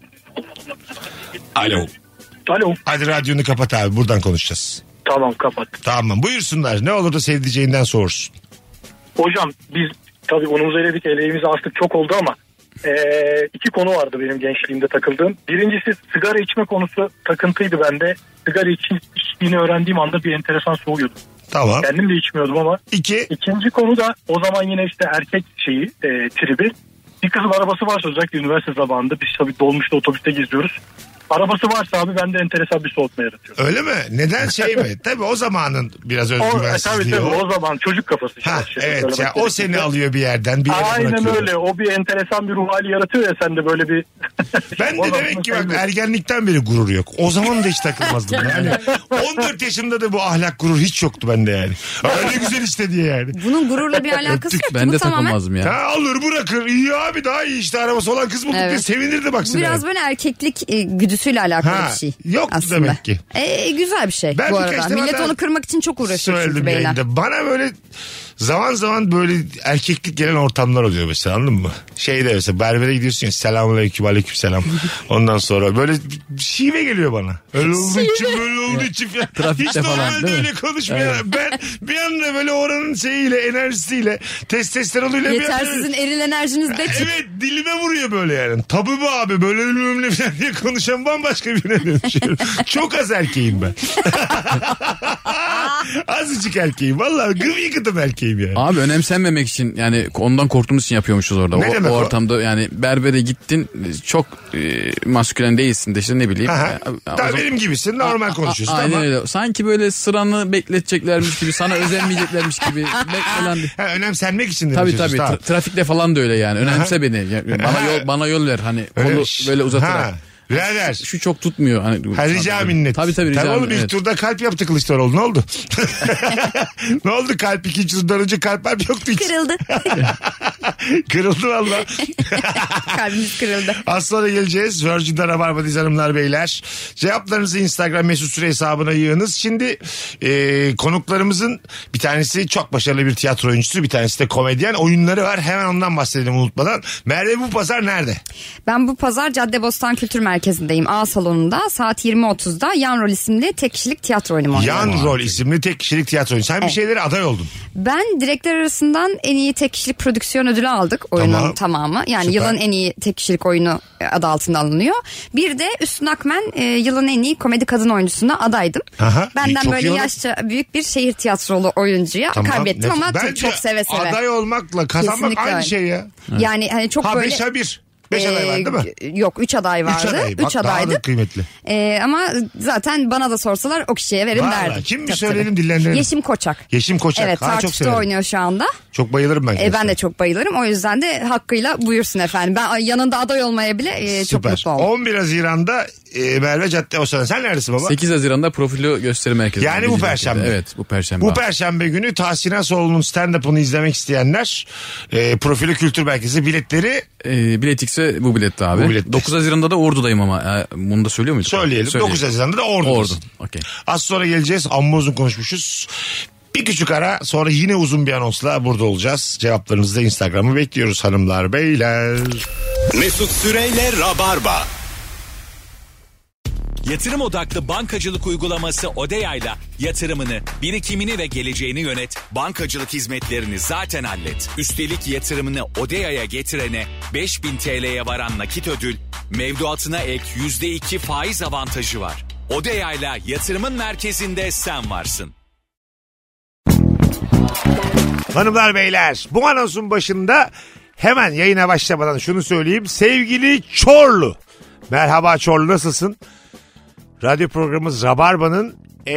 Alo. Hadi radyonu kapat abi, buradan konuşacağız. Tamam, kapat. Tamam, buyursunlar. Ne olur da sevdiceğinden soğursun. Hocam biz tabii unumuzu eledik, eleğimizi astık, çok oldu ama iki konu vardı benim gençliğimde takıldığım. Birincisi sigara içme konusu takıntıydı bende. Sigara içtiğini öğrendiğim anda bir enteresan soğuyordum. Tamam. Kendim de içmiyordum ama. İkinci konu da o zaman yine işte erkek tribi. Bir kızın arabası varsa, özellikle üniversite zamanında biz tabii dolmuşta, otobüste geziyoruz. Arabası varsa abi bende enteresan bir soğutma yaratıyor. Öyle mi? Neden şey mi? Tabii o zamanın biraz özgüvensizliği tabii, o. o zaman çocuk kafası. Evet ya, o seni alıyor bir yerden, bir yere Aynen bırakıyor. öyle. O bir enteresan bir ruh hali yaratıyor ya sende, böyle bir. Ben de demek ki bak, ergenlikten beri gurur yok. O zaman da hiç takılmazdım yani. 14 yaşımda da bu ahlak, gurur hiç yoktu bende yani. Öyle güzel işte diye yani. Bunun gururla bir alakası yok. Ben Bu de tamamen takılmazdım ya. Ha, alır bırakır. İyi abi, daha iyi işte, arabası olan kız bulduk diye Evet. sevinirdi baksana. biraz böyle erkeklik güdüsüyle alakalı Ha, bir şey. yoktu aslında. demek ki. Güzel bir şey Ben bu birkaç arada. defa Millet daha onu kırmak için çok uğraşıyor çünkü söyledim beyler. yayında. Bana böyle zaman zaman böyle erkeklik gelen ortamlar oluyor mesela, anladın mı? Şeyde mesela berbere gidiyorsun ya, selamünaleyküm, aleykümselam. Ondan sonra böyle şive geliyor bana. Öyle olduğu için, böyle olduğu için. Trafikte Hiç falan, normalde değil mi? öyle konuşmuyor. Ben bir anda böyle oranın şeyiyle, enerjisiyle, testosteronuyla bir Yeter anda... sizin eril enerjiniz be. Evet, dilime vuruyor böyle yani. Tabii bu abi, böyle ölümle falan diye konuşan bambaşka birine dönüşüyorum. Çok az erkeğim ben. Azıcık erkeğim. Vallahi gıdım erkeğim yani. Abi önemsenmemek için yani ondan korktuğumuz için yapıyormuşuz orada. Ne demek o o? ortamda yani berbere gittin çok maskülen değilsin de işte ne bileyim. Aha. O Daha zaman- benim gibisin normal konuşuyorsun Aynen ama. öyle. Sanki böyle sıranı bekleteceklermiş gibi, sana özenmeyeceklermiş gibi. Önemsenmek için Tabii demişiz. tabii. Tamam. Trafikte falan da öyle yani. Önemse beni. Yani bana yol ver hani Öyle kolu mi? böyle uzatarak. Ha, birader. Şu çok tutmuyor. Hani, Ha, rica minnet. Tabii rica Tabii oğlum minnet. ilk Evet. turda kalp yaptı Kılıçdaroğlu. Ne oldu? Ne oldu kalp? İkinci turdan önce kalp yoktu hiç. Kırıldı. Kırıldı valla. Kalbimiz kırıldı. Az sonra geleceğiz. Virgin'de Rabarba'dayız hanımlar beyler. Cevaplarınızı Instagram mesut süre hesabına yığınız. Şimdi konuklarımızın bir tanesi çok başarılı bir tiyatro oyuncusu. Bir tanesi de komedyen. Oyunları var. Hemen ondan bahsedelim unutmadan. Merve bu pazar nerede? Ben bu pazar Caddebostan Kültür Merkezi'ndeyim. A salonunda saat 20.30'da Yan Rol isimli tek kişilik tiyatro oyunumu oynuyorum. Yan Rol isimli tek kişilik tiyatro oyuncusu. Sen bir şeylere aday oldun. Ben direktör arasından en iyi tek kişilik prodüksiyon ödülü aldık oyunun Tamam. tamamı. Yani Süper. yılın en iyi tek kişilik oyunu adı altında alınıyor. Bir de Üstün Akmen yılın en iyi komedi kadın oyuncusuna adaydım. Aha, Benden çok böyle iyi olur. yaşça büyük bir şehir tiyatrolu oyuncuya kaybettim ama Bence çok seve seve. aday olmakla kazanmak Kesinlikle aynı öyle. şey ya. Yani hani çok Ha böyle... 5'e 1. 5 aday var değil mi? Yok 3 aday vardı. 3 aday. Bak 3 daha da adaydı. kıymetli. Ama zaten bana da sorsalar o kişiye verin Vallahi, derdim. kim bir Tabii, söyleyelim, tabii. dillendirelim. Yeşim Koçak. Yeşim Koçak. Evet Ha, çok takipte severim. oynuyor şu anda. Çok bayılırım ben. Ben kendisine. de çok bayılırım. O yüzden de hakkıyla buyursun efendim. Ben yanında aday olmaya bile çok Süper. mutlu oldum. 11 Haziran'da Merve Caddebostan. Sen neredesin baba? 8 Haziran'da Profilo Gösteri Merkezi. Yani bu Perşembe. Evet bu Perşembe. Bu Perşembe günü Tahsin Asoğlu'nun stand-up'ını izlemek isteyenler Profilo Kültür Merkezi biletleri Bilet X'e bu bilette abi. Bu bilette. 9 Haziran'da da Ordu'dayım ama. Bunu da söylüyor muyduk? söyleyelim. 9 Haziran'da da Ordu'dasın. Ordu. Okey. Az sonra geleceğiz. Amma uzun konuşmuşuz. Bir küçük ara sonra yine uzun bir anonsla burada olacağız. Cevaplarınızı da Instagram'ı bekliyoruz hanımlar beyler. Mesut Süreyle Rabarba. Yatırım odaklı bankacılık uygulaması Odeya'yla yatırımını, birikimini ve geleceğini yönet. Bankacılık hizmetlerini zaten hallet. Üstelik yatırımını Odeya'ya getirene 5.000 TL'ye varan nakit ödül, mevduatına ek %2 faiz avantajı var. Odeya'yla yatırımın merkezinde sen varsın. Hanımlar beyler bu anonsun başında hemen yayına başlamadan şunu söyleyeyim. Sevgili Çorlu. Merhaba Çorlu, nasılsın? Radyo programımız Rabarba'nın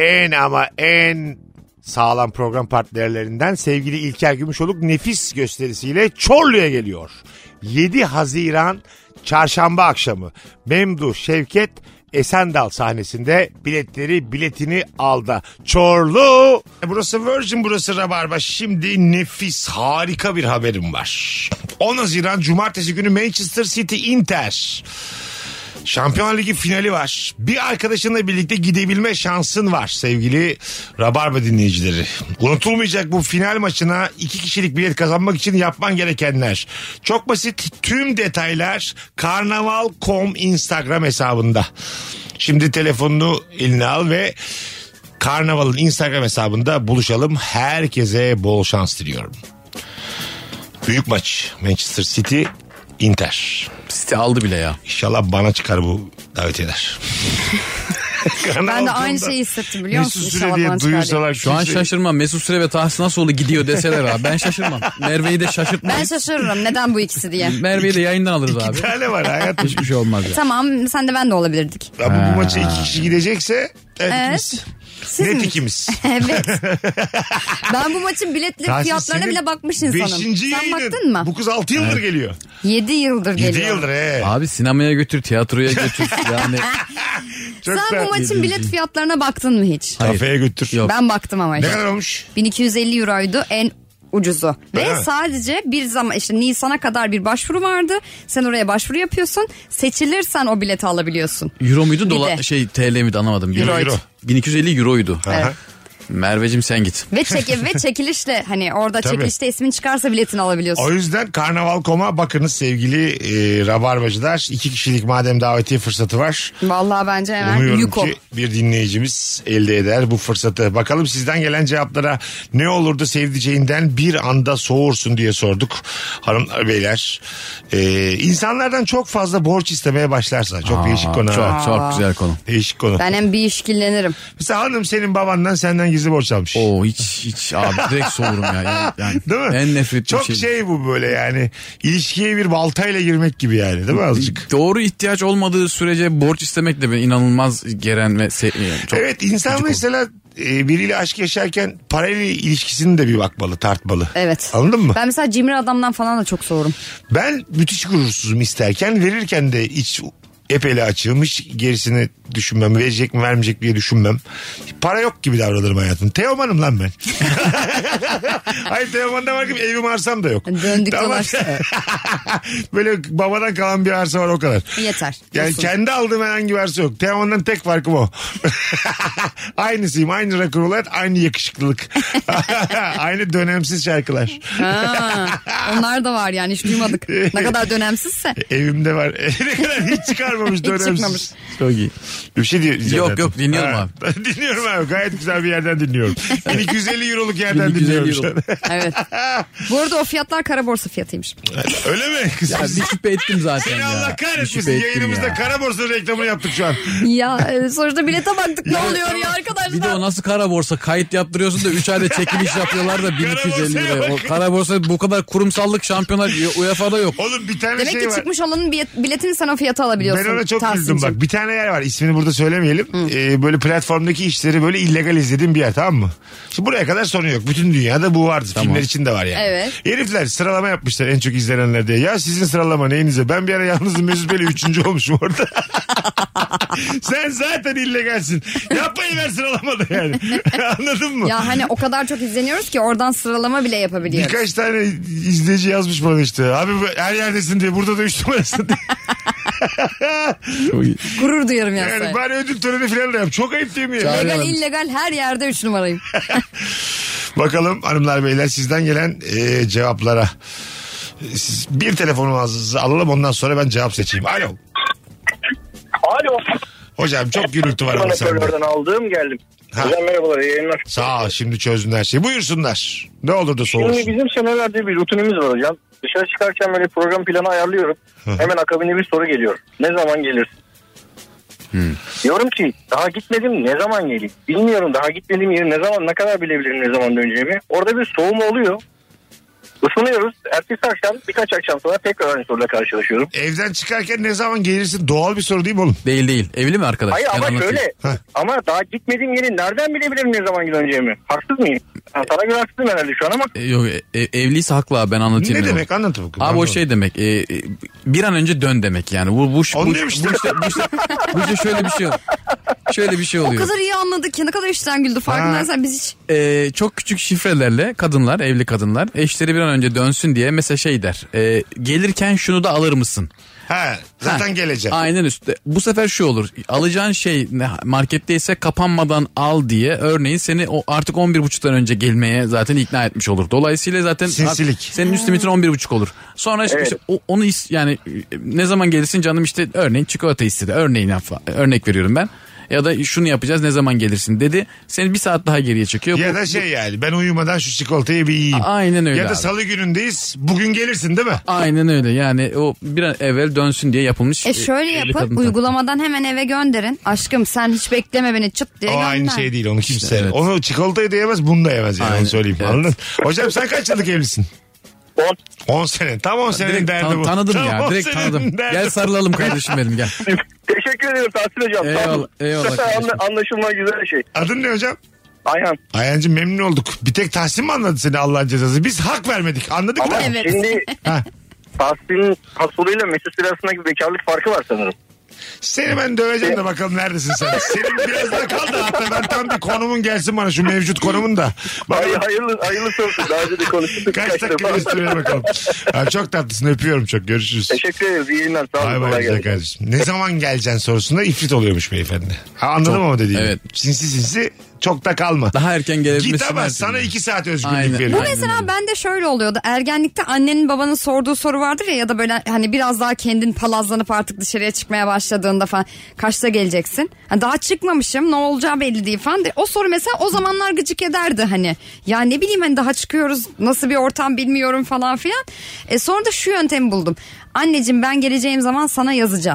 en sağlam program partnerlerinden sevgili İlker Gümüşoluk nefis gösterisiyle Çorlu'ya geliyor. 7 Haziran Çarşamba akşamı Memduh Şevket Esendal sahnesinde biletini aldı. Çorlu. Burası Virgin, burası Rabarba. Şimdi nefis, harika bir haberim var. 10 Haziran Cumartesi günü Manchester City Inter. Şampiyonlar Ligi finali var. Bir arkadaşınla birlikte gidebilme şansın var sevgili Rabarba dinleyicileri. Unutulmayacak bu final maçına 2 kişilik bilet kazanmak için yapman gerekenler. Çok basit, tüm detaylar karnaval.com Instagram hesabında. Şimdi telefonunu eline al ve Karnaval'ın Instagram hesabında buluşalım. Herkese bol şans diliyorum. Büyük maç Manchester City Inter. City aldı bile ya. İnşallah bana çıkar bu davetiyeler. Ben de aynı şeyi hissettim biliyor musun? Mesut İnşallah Süre diye bana çıkar diye. duyursalar. Şu an şaşırmam. Mesut Süre ve Tahsin Asoğlu gidiyor deseler abi. Ben şaşırmam. Merve'yi de Ben şaşırtmayız. şaşırırım neden bu ikisi diye. Merve'yi de yayından alırız abi. Bir tane var hayatım. Hiçbir şey olmaz ya. Tamam sen de ben de olabilirdik. Bu maça 2 kişi gidecekse ikimiz. Siz Net mi? ikimiz. Evet. Ben bu maçın biletli Tahsin, fiyatlarına senin bile bakmış insanım. 5. Sen yayının. baktın mı? Bu kız 6 yıldır geliyor. 7 yıldır 7 geliyor. yıldır Abi sinemaya götür, tiyatroya götür. Yani Çok Sen da- bu maçın bilet fiyatlarına baktın mı hiç? Kafeye götür. Yok. Ben baktım ama Ne işte. kadar olmuş? 1250 euroydu en ucuzu. Öyle Ve mi? sadece bir zaman işte Nisan'a kadar bir başvuru vardı. Sen oraya başvuru yapıyorsun. Seçilirsen o bileti alabiliyorsun. euro muydu Bir de. TL miydi anlamadım. Euro. 1250 euroydu. Aha. Merveciğim sen git. Ve çekilişle hani orada Tabii. çekilişte ismin çıkarsa biletini alabiliyorsun. O yüzden Karnaval.com'a bakınız sevgili Rabarbacılar. 2 kişilik madem davetiye fırsatı var. Vallahi bence hemen Umuyorum Yuko. ki bir dinleyicimiz elde eder bu fırsatı. Bakalım sizden gelen cevaplara ne olurdu sevdiceğinden bir anda soğursun diye sorduk. Hanımlar beyler. İnsanlardan çok fazla borç istemeye başlarsa. Çok değişik konu. Çok ha. çok güzel konu. Değişik konu. Ben hem bir işkillenirim. Mesela hanım senin babandan senden gizli borç almış. Oo hiç abi direkt soğurum ya. Yani Değil mi? en nefret Çok şey bu böyle yani. İlişkiye bir baltayla girmek gibi yani değil mi azıcık? Doğru ihtiyaç olmadığı sürece borç istemek de beni inanılmaz geren ve çok evet insan mesela biriyle aşk yaşarken parayla ilişkisini de bir bakmalı, tartmalı. Evet. Anladın mı? Ben mesela cimri adamdan falan da çok soğurum. Ben müthiş gurursuzum isterken, verirken de iç epeyli açılmış, gerisini düşünmem, verecek mi vermeyecek diye düşünmem. Para yok gibi davranırım hayatım. Teoman'ım lan ben. Hayır, Teoman'da var gibi evim arsam da yok. Döndük Tamam. dolaştık. Böyle babadan kalan bir arsa var, o kadar. Yeter. Yani Olsun. kendi aldığım herhangi bir arsa yok. Teoman'dan tek farkım o. Aynısıyım. Aynı rock'n'roll, aynı yakışıklılık. Aynı dönemsiz şarkılar. Ha, onlar da var yani, hiç duymadık. Ne kadar dönemsizse. Evimde var. Ne kadar hiç çıkarmamış Hiç dönemsiz. çıkmamış. çok iyi. Bir şey diyeceğim. Yok, dinliyorum abi. Dinliyorum abi. Gayet güzel bir yerden dinliyorum. 1250 euroluk yerden 1250 dinliyorum şu euro. an. Evet. Bu arada o fiyatlar kara borsa fiyatıymış. Öyle mi? Ya bir şüphe ettim zaten Seni ya. Allah Bir kahretmesin. şüphe ettim Yayınımızda ya. kara borsa reklamını yaptık şu an. Ya sonuçta bilete baktık, ne oluyor ya arkadaşlar. Bir de o nasıl kara borsa, kayıt yaptırıyorsun da 3 ayda çekiliş yapıyorlar da 1250 borsaya liraya. O bak. kara borsa bu kadar kurumsallık şampiyonlar UEFA'da yok. Oğlum bir tane Demek şey ki var. çıkmış olanın biletini sen o fiyata alabiliyorsun. Ben ona çok güldüm Tahsin'cim. bak. Bir tane yer var. İsmini burada söylemeyelim. Böyle platformdaki işleri böyle illegal izlediğim bir yer, tamam mı? Şimdi buraya kadar sorun yok. Bütün dünyada bu vardı. Tamam. Filmler için de var yani. Evet. Herifler sıralama yapmışlar en çok izlenenler diye. Ya sizin sıralama neyinize? Ben bir ara yalnızım Mesut Bey'le 3. olmuşum orada. Sen zaten illegalsin. Yapmayıver sıralamada yani. Anladın mı? Ya hani o kadar çok izleniyoruz ki oradan sıralama bile yapabiliyoruz. Birkaç tane izleyici yazmış bana işte. Abi her yerdesin diye, burada da 3 numarasın diye. Çok iyi. Gurur duyarım ya. Yani bari ödül töreni falan da yap. Çok ayıp değil mi ya? Çağır- Legal illegal her yerde 3 numarayım. Bakalım hanımlar beyler sizden gelen cevaplara. Bir telefonumuzu alalım, ondan sonra ben cevap seçeyim. Alo. Alo. Hocam çok gürültü var ama sende. Hoparlörden aldığım geldim. Ha. Hocam merhabalar, iyi yayınlar. Sağ ol, şimdi çözdün her şeyi. Buyursunlar. Ne olur da Şimdi soğursun. bizim senelerde bir rutinimiz var hocam. Dışarı çıkarken böyle program planı ayarlıyorum. Hemen akabinde bir soru geliyor. Ne zaman gelirsin? Diyorum ki daha gitmedim, ne zaman geleyim? Bilmiyorum, daha gitmediğim yeri ne zaman, ne kadar bilebilirim ne zaman döneceğimi. Orada bir soğuma oluyor. Isınıyoruz. Ertesi akşam, birkaç akşam sonra tekrar aynı soruyla karşılaşıyorum. Evden çıkarken ne zaman gelirsin doğal bir soru değil mi oğlum? Değil. Evli mi arkadaş? Hayır Ben ama anlatayım. şöyle. Heh. Ama daha gitmediğim yeri nereden bilebilirim ne zaman döneceğimi? Haksız mıyım? Ha, sana göre haksızım herhalde şu an ama. Yok evliyse haklı abi, ben anlatayım. Ne ya. demek, anlat bakalım. Abi o şey demek, bir an önce dön demek yani. Bu işte şöyle bir şey oluyor. Şöyle bir şey O oluyor. kadar iyi anladık ki, ne kadar işten güldü farkındaysan biz hiç. Çok küçük şifrelerle kadınlar, evli kadınlar eşleri bir an önce dönsün diye mesela şey der. Gelirken şunu da alır mısın? Ha, zaten Ha, geleceğim. Aynen üstte. Bu sefer şu olur. Alacağın şey marketteyse kapanmadan al diye, örneğin seni artık 11.30'dan önce gelmeye zaten ikna etmiş olur. Dolayısıyla zaten Sinsilik. senin üst limitin 11.30 olur. Sonra Evet. işte onu yani ne zaman gelirsin canım, işte örneğin çikolata istedi. Örnek veriyorum ben. Ya da şunu yapacağız, ne zaman gelirsin dedi. Seni bir saat daha geriye çekiyor. Ya da şey yani, ben uyumadan şu çikolatayı bir yiyeyim. Aynen öyle Ya da abi. salı günündeyiz, bugün gelirsin değil mi? Aynen öyle, yani o bir an evvel dönsün diye yapılmış. Şöyle evli yapın, kadın uygulamadan hemen eve gönderin. Aşkım sen hiç bekleme beni, çıt diye O gönder. aynı şey değil, onu kimse. İşte, evet. Onu çikolatayı da yemez, bunu da yemez yani, Aynen, onu söyleyeyim. evet. Anladın? Hocam sen kaç yıllık evlisin? 10 sene. Tam 10 senenin Direkt derdi bu. tanıdım Tam ya. 10 Direkt senenin tanıdım. derdi Gel bu. sarılalım kardeşim benim, gel. Teşekkür ederim Tahsin hocam. Eyvallah, eyvallah kardeşim. Anlaşılma güzel şey. Adın ne hocam? Ayhan. Ayhancığım memnun olduk. Bir tek Tahsin mi anladı seni, Allah'ın cezası? Biz hak vermedik, anladık Ama mı? Evet. şimdi Ha. Tahsin'in hasuluyla Mesut Süre arasındaki bekarlık farkı var sanırım. Seni ben döveceğim de bakalım neredesin sen. Senin biraz daha kal da, hatta ben tam bir konumun gelsin bana, şu mevcut konumun da. Bakalım Hayırlısı olsun. Daha önce de konuştuk. kaç dakika üstüne bakalım. Ha, çok tatlısın, öpüyorum çok, görüşürüz. Teşekkür ederiz. İyi yayınlar. Sağ Bay olun. bay Kolay güzel gelsin. kardeşim. Ne zaman geleceksin sorusunda ifrit oluyormuş beyefendi. Ha, anladım ama dediğimi. evet. Sinsi çok da kalma. Daha erken gelebilmesi. Git ama her sana türlü. 2 saat özgürlük Aynen. veriyor. Bu mesela bende şöyle oluyordu. Ergenlikte annenin babanın sorduğu soru vardır ya da böyle hani biraz daha kendin palazlanıp artık dışarıya çıkmaya başladığında falan, kaçta geleceksin? Hani daha çıkmamışım, ne olacağı belli değil falan. O soru mesela o zamanlar gıcık ederdi hani. Ya ne bileyim, hani daha çıkıyoruz, nasıl bir ortam bilmiyorum falan filan. Sonra da şu yöntemi buldum. Anneciğim ben geleceğim zaman sana yazacağım.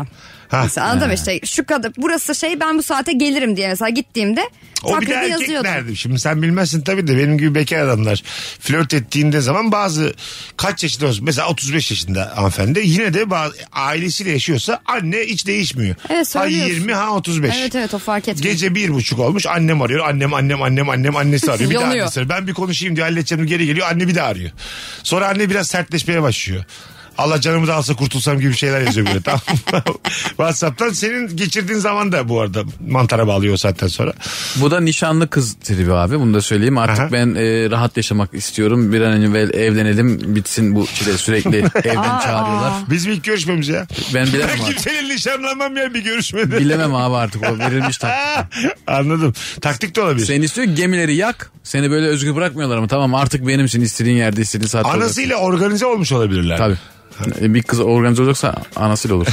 Mesela anladın mı işte şu kadar burası ben bu saate gelirim diye mesela gittiğimde O bir de taklidi yazıyordum. erkeklerdi. Şimdi sen bilmezsin tabii de benim gibi bekar adamlar flört ettiğinde zaman bazı kaç yaşında olsun mesela 35 yaşında hanımefendi yine de ailesiyle yaşıyorsa anne hiç değişmiyor. Evet, ha söylüyorsun. 20 ha 35. Evet o fark etmiyor. Gece 1:30 olmuş annem arıyor annem annesi arıyor bir daha Yanıyor. annesi arıyor. Ben bir konuşayım diyor halledeceğim geri geliyor anne bir daha arıyor. Sonra anne biraz sertleşmeye başlıyor. Allah canımı da alsa kurtulsam gibi şeyler yazıyor böyle tamam mı? WhatsApp'tan senin geçirdiğin zaman da bu arada mantara bağlıyor o saatten sonra. Bu da nişanlı kız tribi abi, bunu da söyleyeyim. Artık Aha. ben rahat yaşamak istiyorum. Bir an önce evlenelim, bitsin bu çile, sürekli evden çağırıyorlar. Biz mi ilk görüşmemiz ya? Ben bilemem Ben abi. kimsenin nişanlanmam ya bir görüşmede. Bilemem abi artık, o verilmiş taktik. Anladım. Taktik de olabilir. Seni istiyor gemileri yak. Seni böyle özgür bırakmıyorlar ama tamam artık benimsin, istediğin yerde istediğin saatte olacaksın. Anasıyla organize olmuş olabilirler. Tabii. Bir kız organize olacaksa anasıyla olur.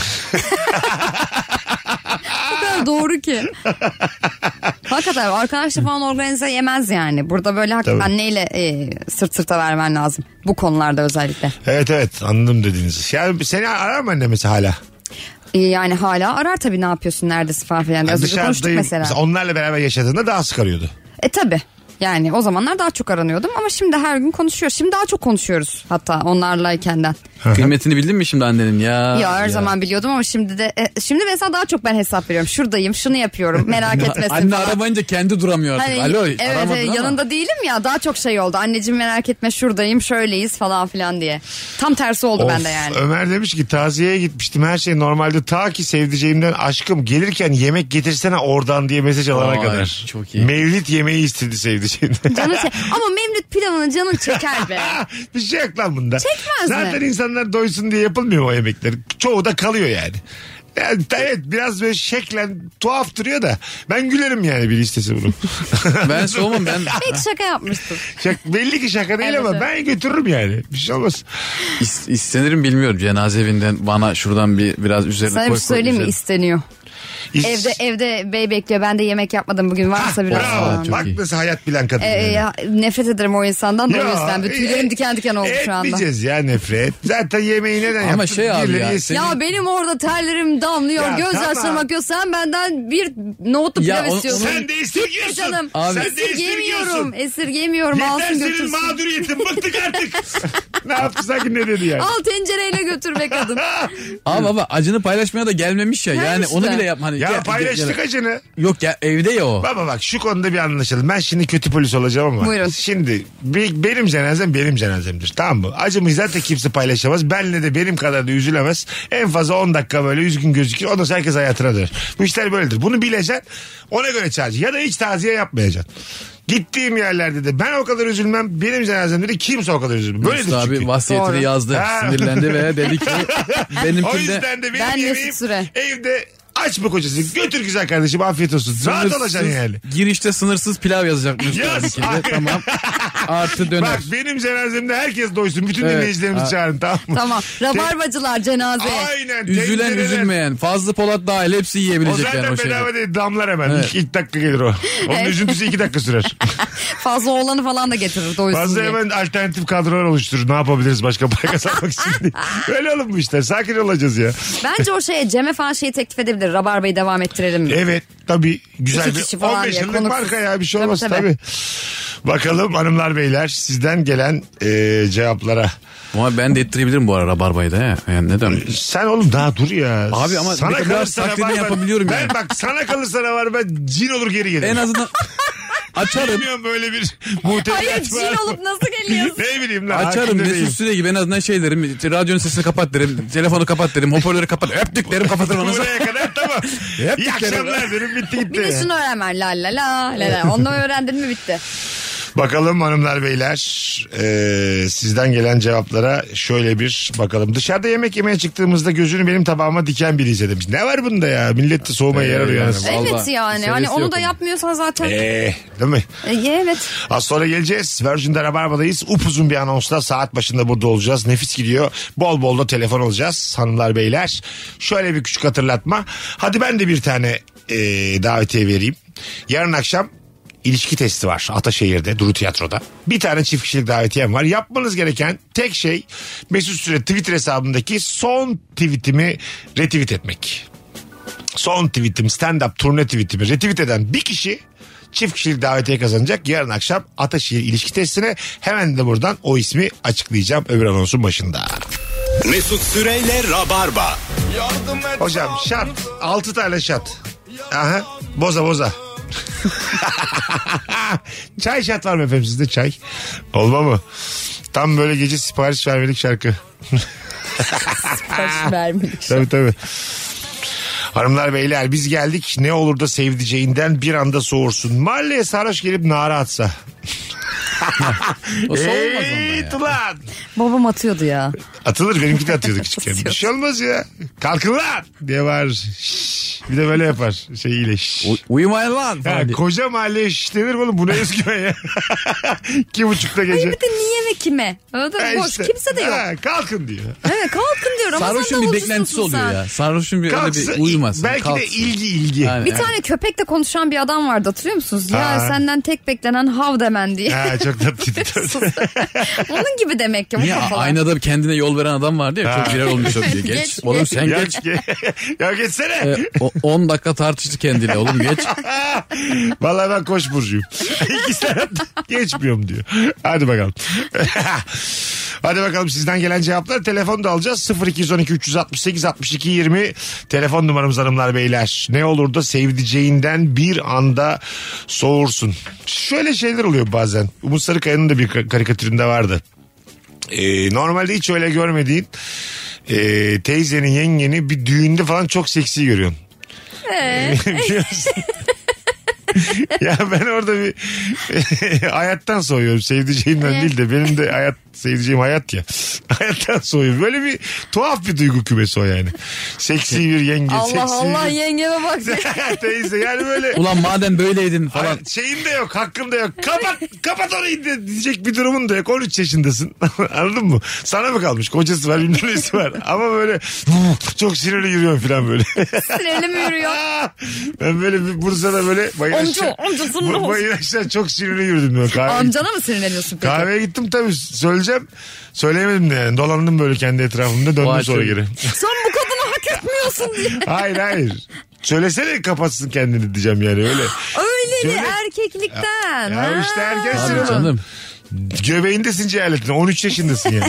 O kadar doğru ki. Hakikaten arkadaşla falan organize yemez yani. Burada böyle hakikaten neyle sırt sırta vermen lazım. Bu konularda özellikle. Evet anladım dediğiniz. Yani seni arar mı anne mesela hala? Yani hala arar tabii ne yapıyorsun neredesin falan filan. Az önce konuştuk mesela. Onlarla beraber yaşadığında daha sık arıyordu. Tabii. Yani o zamanlar daha çok aranıyordum ama şimdi her gün konuşuyoruz. Şimdi daha çok konuşuyoruz hatta onlarlaykenden. Kıymetini bildin mi şimdi annenin ya? Ya her zaman biliyordum ama şimdi de şimdi mesela daha çok ben hesap veriyorum. Şuradayım, şunu yapıyorum. Merak etmesin Anne falan. aramayınca kendi duramıyor artık. Hani, Alo, evet aramadın ama. yanında değilim ya daha çok şey oldu. Anneciğim merak etme şuradayım şöyleyiz falan filan diye. Tam tersi oldu bende yani. Ömer demiş ki taziyeye gitmiştim her şey normalde ta ki sevdiceğimden aşkım gelirken yemek getirsene oradan diye mesaj alana Ay, kadar. çok iyi. Mevlid yemeği istedi sevdiceğinden. Canı ama Mevlüt pilavını canın çeker be. Bir şey yok lan bunda. Çekmez Zaten mi? insanlar doysun diye yapılmıyor o yemekler. Çoğu da kalıyor yani. Yani evet biraz böyle şeklen tuhaf duruyor da ben gülerim yani bir listesi bunu. Ben soğumam ben. Belki şaka yapmıştım. Belli ki şaka değil Evet, ama evet. ben götürürüm yani. Bir şey olmaz. İstenirim bilmiyorum, cenaze evinden bana şuradan biraz üzerine Sana bir koy. söyleyeyim mi? üzerine. İsteniyor. Evde bey bekliyor. Ben de yemek yapmadım bugün varsa biraz Bravo. falan. Bak iyi. nasıl hayat bilen kadın. yani. Nefret ederim o insandan da o Ya, yüzden. Tüylerim diken diken oldu şu anda. Etmeyeceğiz ya nefret. Zaten yemeği neden Ama yaptık? şey abi Birileri ya, yesin. Ya benim orada terlerim damlıyor, Ya gözyaşlarım tamam. akıyor. Sen benden bir nohutlu Ya pilav onu- istiyorsun. Sen de esirgiyorsun. Canım. Abi- Sen de esirgiyorsun. Esirgeyemiyorum. Yeter Alsın senin götürsün. mağduriyetin. Bıktık artık. Ne yaptı sanki ne dedi yani? Al tencereyle götür be kadın. Abi baba acını paylaşmaya da gelmemiş ya. Yani işte. onu bile yapma. Hani Ya paylaştık acını. Yok ya, evde ya o. Baba bak şu konuda bir anlaşalım. Ben şimdi kötü polis olacağım ama. Buyurun. Şimdi benim cenazem benim cenazemdir. Tamam mı? Acımı zaten kimse paylaşamaz. Benle de benim kadar da üzülemez. En fazla 10 dakika böyle üzgün gözükür. Ondan sonra herkes hayatına döner. Bu işler böyledir. Bunu bileceksin. Ona göre çağıracaksın. Ya da hiç taziye yapmayacaksın. Gittiğim yerlerde de ben o kadar üzülmem. Benim cenazemde de kimse o kadar üzülmez. Böyledir Mesut çünkü. abi vasiyetini Doğru. yazdı. Ha. Sinirlendi ve dedi ki O benimkinde yüzden de benim Ben yemeğim Mesut Süre. evde aç mı kocası? Götür güzel kardeşim afiyet olsun. Rahat olacaksın yani. girişte sınırsız pilav yazacak Mesut Yaz. abikinde. Tamam. Artı döner. Bak benim cenazemde herkes doysun. Bütün Evet. dinleyicilerimizi Ha. çağırın tamam mı? Tamam. Rabarbacılar cenazeye. Aynen. Üzülen tencereler. üzülmeyen Fazlı Polat dahil hepsi O yiyebilecek zaten yani o bedava şeyi. değil damlar hemen. Evet. İlk dakika gelir o. Onun üzüntüsü 2 dakika sürer. Fazla oğlanı falan da getirir doysun Fazla diye. hemen alternatif kadrolar oluşturur. Ne yapabiliriz başka para kazanmak için diye. Öyle oğlum bu işler. Sakin olacağız ya. Bence o Cem'e falan şeyi teklif edebilir. Rabarbayı devam ettirelim mi? Evet tabii güzel İki bir kişi falan 15 diye, yıllık konuksuz. marka ya bir şey Tabii, olmaz tabii. tabii. Bakalım hanımlar beyler sizden gelen cevaplara. Ama ben de ettirebilirim bu ara rabarbayı da ya. Yani neden? Sen oğlum daha dur ya. Abi ama sana biraz kalırsa taklidini var yapabiliyorum ben, yani. Bak sana kalırsa ne var ben cin olur geri gelirim. En azından açarım. Bilmiyorum böyle bir muhteşem. Hayır cin olup nasıl geliyorsun? Ne bileyim lan. Açarım hakimde değilim. Mesut Süre gibi en azından şey derim. Radyonun sesini kapat derim. Telefonu kapat derim. Hoparlörü kapat. Öptük derim kapatırım onu. Buraya kadar tamam. Hep İyi akşamlar derim bitti gitti. Bir de şunu öğrenmen. La la la la la. Onu öğrendin mi bitti. Bakalım hanımlar beyler sizden gelen cevaplara şöyle bir bakalım. Dışarıda yemek yemeye çıktığımızda gözünü benim tabağıma diken biri izlemiş. Ne var bunda ya? Millet de soğumaya yarar yani. Vallahi, Evet yani. Hani seviyesi onu yok da onun. yapmıyorsan zaten. Değil mi? Evet. Az sonra geleceğiz. Virgin'de Rabarba'dayız. Upuzun bir anonsla saat başında burada olacağız. Nefis gidiyor. Bol bol da telefon alacağız hanımlar beyler. Şöyle bir küçük hatırlatma. Hadi ben de bir tane davetiye vereyim. Yarın akşam İlişki testi var Ataşehir'de Duru Tiyatro'da. Bir tane çift kişilik davetiyem var. Yapmanız gereken tek şey Mesut Süre Twitter hesabındaki son tweetimi retweet etmek. son tweetim, stand-up turne tweetimi retweet eden bir kişi çift kişilik davetiye kazanacak. Yarın akşam Ataşehir ilişki testine hemen de buradan o ismi açıklayacağım öbür anonsun başında. Mesut Süreyle Rabarba. Hocam şat 6 tane şat. Aha, boza. Çay şat var mı efendim sizde çay? Olma mı? Tam böyle gece sipariş vermelik şarkı. Sipariş vermelik. Tabii. Hanımlar beyler biz geldik. Ne olur da sevdiceğinden bir anda soğursun. Mahalleye sarhoş gelip nara atsa. O soğumaz onda ya. Lan. Babam atıyordu ya. Atılır, benimki de atıyordu küçükken. Bir şey olmaz ya. Kalkın lan diye bağırır. Şşş. Bir de böyle yapar şeyiyle. Uyumayın lan. Ya, koca mahalleye şiş denir mi oğlum? Bu ne özgüven ya? 2.30'da gece. Hayır bir de niye ve kime? Öyle boş işte. kimse de yok. Kalkın diyor. Evet kalkın diyor. Ramazan Sarhoşun bir beklentisi oluyor ya. Sarhoşun bir öyle bir uyumasın. Belki kalksın. de ilgi. Yani, Bir tane köpekle konuşan bir adam vardı hatırlıyor musunuz? Ya senden tek beklenen hav demen diye. Ha, çok tatlıydı. Onun gibi demek ki. Niye aynada kendine yol veren adam vardı ya çok viral olmuş o diye. Geç. Oğlum sen geç. Ya geçsene. 10 dakika tartıştı kendiyle oğlum geç. Vallahi ben koç burcuyum. 2 saat geçmiyorum diyor. Hadi bakalım. Hadi bakalım sizden gelen cevaplar. Telefon da alacağız. 0212 368 62 20 telefon numaramız hanımlar beyler. Ne olur da sevdiceğinden bir anda soğursun. Şöyle şeyler oluyor bazen. Umut Sarıkaya'nın da bir karikatüründe vardı. Normalde hiç öyle görmediğin teyzenin yengeni bir düğünde falan çok seksi görüyorsun. Biliyorsun. Ya ben orada bir hayattan soğuyorum. Sevdiceğimden değil de benim de sevdiceğim hayat ya. Hayattan soğuyorum. Böyle bir tuhaf bir duygu kümesi o yani. Seksi bir yenge. Allah yengeme bak. Teyze yani böyle. Ulan madem böyleydin falan. Şeyin de yok, hakkım da yok. Kapat orayı diyecek bir durumun da yok. 13 yaşındasın. Anladın mı? Sana mı kalmış? Kocası var, bilmem nesi var. Ama böyle çok sinirli yürüyorum falan böyle. Sinirli mi yürüyor? Ben böyle bir Bursa'da böyle bayır aşağı çok sinirli yürüdüm. Amcana mı sinirleniyorsun peki? Kahveye gittim tabii, söyleyeceğim. Söyleyemedim de yani. Dolandım böyle kendi etrafımda, döndüm sonra geri. Sen bu kadını hak etmiyorsun diye. Hayır. Söylesene kapatsın kendini diyeceğim yani öyle. Öyle mi erkeklikten? Ya işte erkeksin Tabii canım. Göbeğindesin cehaletin. 13 yaşındasın yani.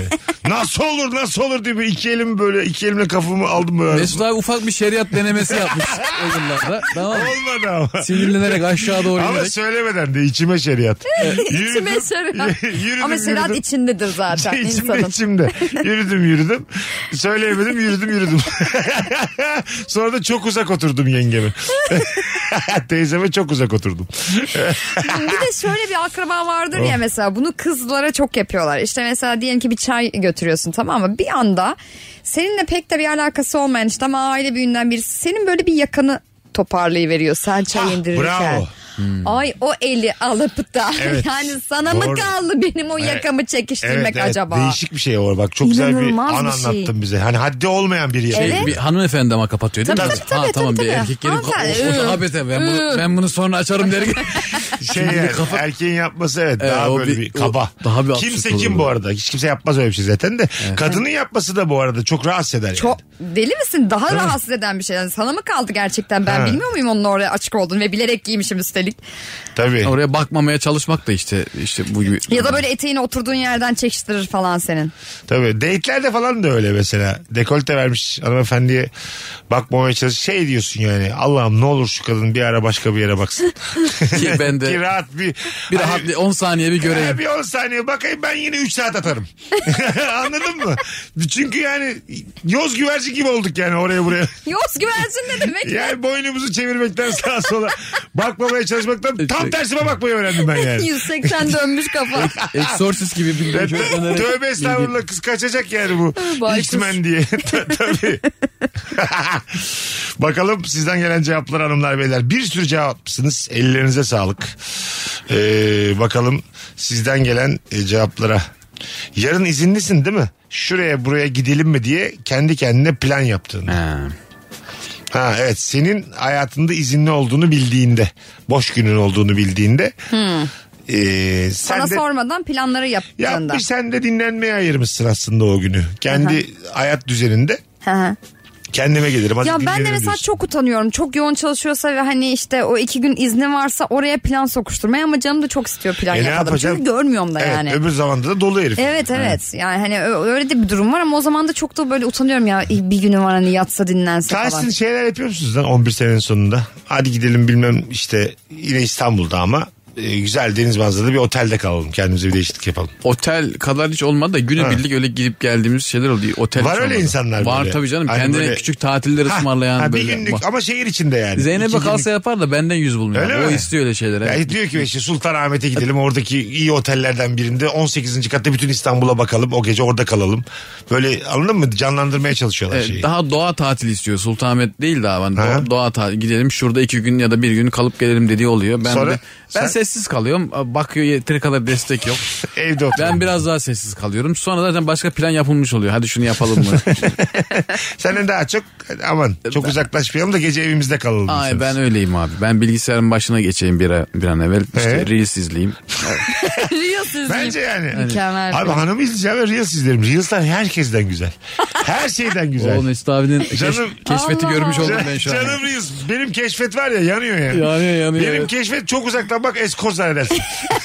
Nasıl olur diye iki elimle kafamı aldım böyle. Mesut abi ufak bir şeriat denemesi yapmış o yıllarda. Tamam. Olmadı ama. Sinirlenerek aşağı doğru Ama giderek. söylemeden de içime şeriat. İçime şeriat. Ama şeriat içindedir zaten insanın. İçimde. Yürüdüm. Söyleyemedim, yürüdüm. Sonra da çok uzak oturdum yengeme. Teyzeme çok uzak oturdum. Bir de şöyle bir akraba vardır ya mesela, bunu kızlara çok yapıyorlar. İşte mesela diyelim ki bir çay götürüyorsun, tamam mı? Bir anda seninle pek de bir alakası olmayan işte ama aile büyüğünden birisi senin böyle bir yakanı toparlayıveriyor sen çay indirirken. Bravo. Ay o eli alıp da Evet. yani sana mı kaldı benim o yakamı çekiştirmek acaba? Değişik bir şey o, bak çok güzel bir İnanılmaz an bir şey. anlattın bize. Hani haddi olmayan bir yer. Evet. Bir hanımefendi ama kapatıyor değil mi? Tabii, Tamam tabii. bir erkek gelip Hanımefendi, o daha beter. Ben bunu sonra açarım der. Yani, erkeğin yapması daha o böyle bir kaba. Daha bir kimse absürt kim olur bu bu. arada? Hiç kimse yapmaz öyle bir şey zaten de. Evet. Kadının yapması da bu arada çok rahatsız eder yani. Çok deli misin? Daha rahatsız eden bir şey. Yani sana mı kaldı gerçekten? Ben bilmiyor muyum onun oraya açık olduğunu ve bilerek giymişim üstelik. Tabii. Oraya bakmamaya çalışmak da işte bu gibi. Ya da böyle eteğini oturduğun yerden çekiştirir falan senin. Tabii. Date'lerde falan da öyle mesela. Dekolte vermiş hanımefendiye bakmamaya çalış. Şey diyorsun yani. Allah'ım ne olur şu kadın bir ara başka bir yere baksın. Ki ben de bir rahat bir rahat bir 10 saniye bir göreyim. Bir 10 saniye bakayım, ben yine 3 saat atarım. Anladın mı? Çünkü yani yoz güvercin gibi olduk yani oraya buraya. Yoz güvercin ne demek? Yani boynumuzu çevirmekten sağa sola bakmamaya çalışmaktan tam tersime bakmayı öğrendim ben yani. 180 dönmüş kafa. Exorcist gibi bir Tövbe estağfurullah, kız kaçacak yani bu. X-Men diye. Tabii. Bakalım sizden gelen cevaplar hanımlar beyler. Bir sürü cevapsınız. Ellerinize sağlık. Bakalım sizden gelen cevaplara. Yarın izinlisin değil mi? Şuraya buraya gidelim mi diye kendi kendine plan yaptın. Ha evet, senin hayatında izinli olduğunu bildiğinde, boş günün olduğunu bildiğinde. Sana sormadan planları yaptığında. Yapmış, sen de dinlenmeye ayırmışsın aslında o günü. Kendi hayat düzeninde. Kendime gelirim. Hadi Ya ben de dinlenelim mesela diyorsun. çok utanıyorum. Çok yoğun çalışıyorsa ve hani işte o 2 gün izni varsa oraya plan sokuşturmaya, ama canım da çok istiyor plan Ne yapalım. yapacağım? Çünkü görmüyorum da Evet, yani. öbür zamanda da dolu herif. Evet. Yani hani öyle de bir durum var ama o zaman da çok da böyle utanıyorum ya, bir günü var hani yatsa dinlense falan. Tahsin şeyler yapıyor musunuz lan 11 senenin sonunda? Hadi gidelim bilmem işte yine İstanbul'da ama güzel deniz manzaralı bir otelde kalalım. Kendimize bir değişiklik yapalım. Otel kadar hiç olmadı da günübirlik öyle gidip geldiğimiz şeyler oluyor. Otel Var hiç öyle olmadı. insanlar Var böyle. tabii canım. Hani Kendine böyle- küçük tatiller ısmarlayan bir böyle. günlük ama şehir içinde yani. Zeynep'e 2 kalsa günlük. yapar da benden yüz bulmuyor. Öyle O mi? istiyor öyle şeyler. Yani diyor ki işte Sultanahmet'e gidelim, oradaki iyi otellerden birinde 18. katta bütün İstanbul'a bakalım, o gece orada kalalım. Böyle anladın mı? Canlandırmaya çalışıyorlar şeyi. Daha doğa tatili istiyor. Sultanahmet değil daha. Hani Ha. doğa tatili. Gidelim şurada 2 gün ya da 1 gün kalıp gelelim dediği oluyor. Ben Sonra de ben sen- sessiz kalıyorum. Bakıyor yeteri kadar destek yok. Evde otur. Ben biraz daha sessiz kalıyorum. Sonra zaten başka plan yapılmış oluyor. Hadi şunu yapalım mı? Senden daha çok aman çok uzaklaşmayalım da gece evimizde kalalım. Ay diyorsunuz. ben öyleyim abi. Ben bilgisayarın başına geçeyim bir an evvel. İşte Reels izleyeyim. Reels Bence yani. Mükemmel bir Abi şey. hanımı izleyeceğim ve Reels izlerim. Reels'lar herkesten güzel. Her şeyden güzel. O Mesut abinin Canım- keşfeti Allah görmüş oldum ben şu an. Canım Reels. Benim keşfet var ya yanıyor yani. Yanıyor. Benim evet. keşfet çok uzaktan bak eskort zannedersin.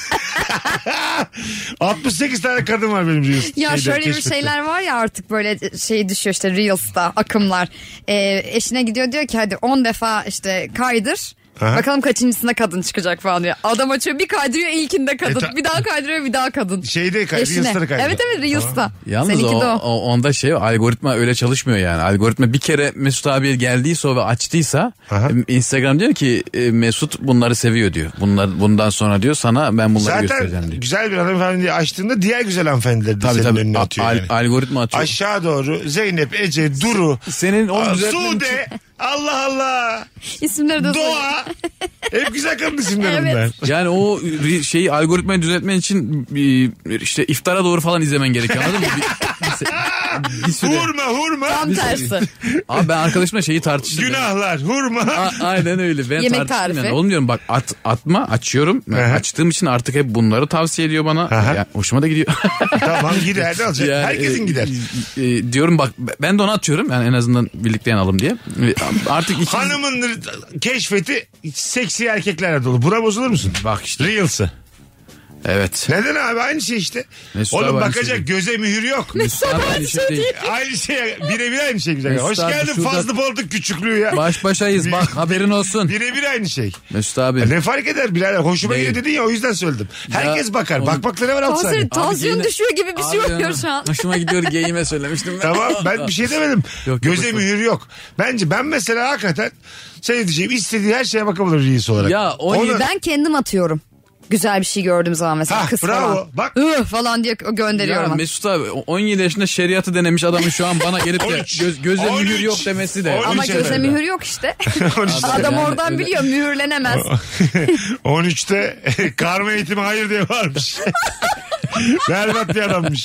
68 tane kadın var benim Reels. Ya şeyde, şöyle bir keşfette. şeyler var ya artık böyle şey düşüyor işte Reels'ta akımlar. Eşine gidiyor diyor ki hadi 10 defa işte kaydır. Aha. Bakalım kaçıncısına kadın çıkacak falan diyor. Adam açıyor bir kaydırıyor ilkinde kadın. ta- Bir daha kaydırıyor bir daha kadın. Şeyde Eşine. Reels'ları kaydırıyor. Evet Reels'ta. Yalnız Seninki de o. onda algoritma öyle çalışmıyor yani. Algoritma bir kere Mesut abiye geldiyse o ve açtıysa Aha. Instagram diyor ki Mesut bunları seviyor diyor. Bundan sonra diyor sana ben bunları göstereceğim Zaten diyor. güzel bir hanımefendi açtığında diğer güzel hanımefendileri de senin önüne atıyor yani. Algoritma atıyor. Aşağı doğru Zeynep, Ece, Duru, Senin o düzeltmen için- Sude, Allah Allah, İsimleri de Doğa. Hep güzel kadın isimleri Evet. bunlar. Yani o şeyi algoritmayı düzeltmen için işte iftara doğru falan izlemen gerekiyor anladın mı? Bir süre. Hurma. tam tersi. Abi ben arkadaşımla şeyi tartıştım. Günahlar, hurma. Aynen öyle. Ben Yemek tartıştım tarifi. yani. Oğlum diyorum bak açıyorum. Yani Aha. açtığım için artık hep bunları tavsiye ediyor bana. Aha. Yani hoşuma da gidiyor. Tamam gider de alacak. Yani, Herkesin gider. Diyorum bak ben de onu atıyorum. Yani en azından birlikte yanalım diye. Artık ikimiz... Hanımın keşfeti seksi erkeklerle dolu. Buna bozulur musun? Bak işte. Reels'ı. Evet. Neden abi aynı şey işte. Mesut Oğlum abi aynı bakacak şey göze mühür yok. Abi aynı şey değil. Aynı şey birebir aynı şey güzel. Mesut Hoş abi geldin şurada- Fazlı Polat'ın küçüklüğü ya. Baş başayız bak haberin olsun. Birebir aynı şey. Mesut abi. Ne fark eder birader? Hoşuma Değil. gidiyor dedin ya o yüzden söyledim. Herkes bakar. onu- Bakmakta ne var 6 saniye? Tansiyon yine- düşüyor gibi bir şey Abi oluyor ya, şu an. Hoşuma gidiyor geyime söylemiştim. ben. Tamam ben bir şey demedim. Yok, Göze yok, mühür yok. Bence ben mesela hakikaten seyredeceğim istediği her şeye bakabilir Reels olarak. Ya 17 Onu- Ben kendim atıyorum. Güzel bir şey gördüğüm zaman mesela Hah, kız bravo. falan. Bak. Falan diye gönderiyorum. Ya Mesut abi 17 yaşında şeriatı denemiş adamın şu an bana gelip de 13, göze 13, mühür yok demesi de. 13 Ama efendim. göze mühür yok işte. 13'te, Adam Yani oradan öyle. biliyor mühürlenemez. 13'te karma eğitimi hayır diye varmış. Berbat bir adammış.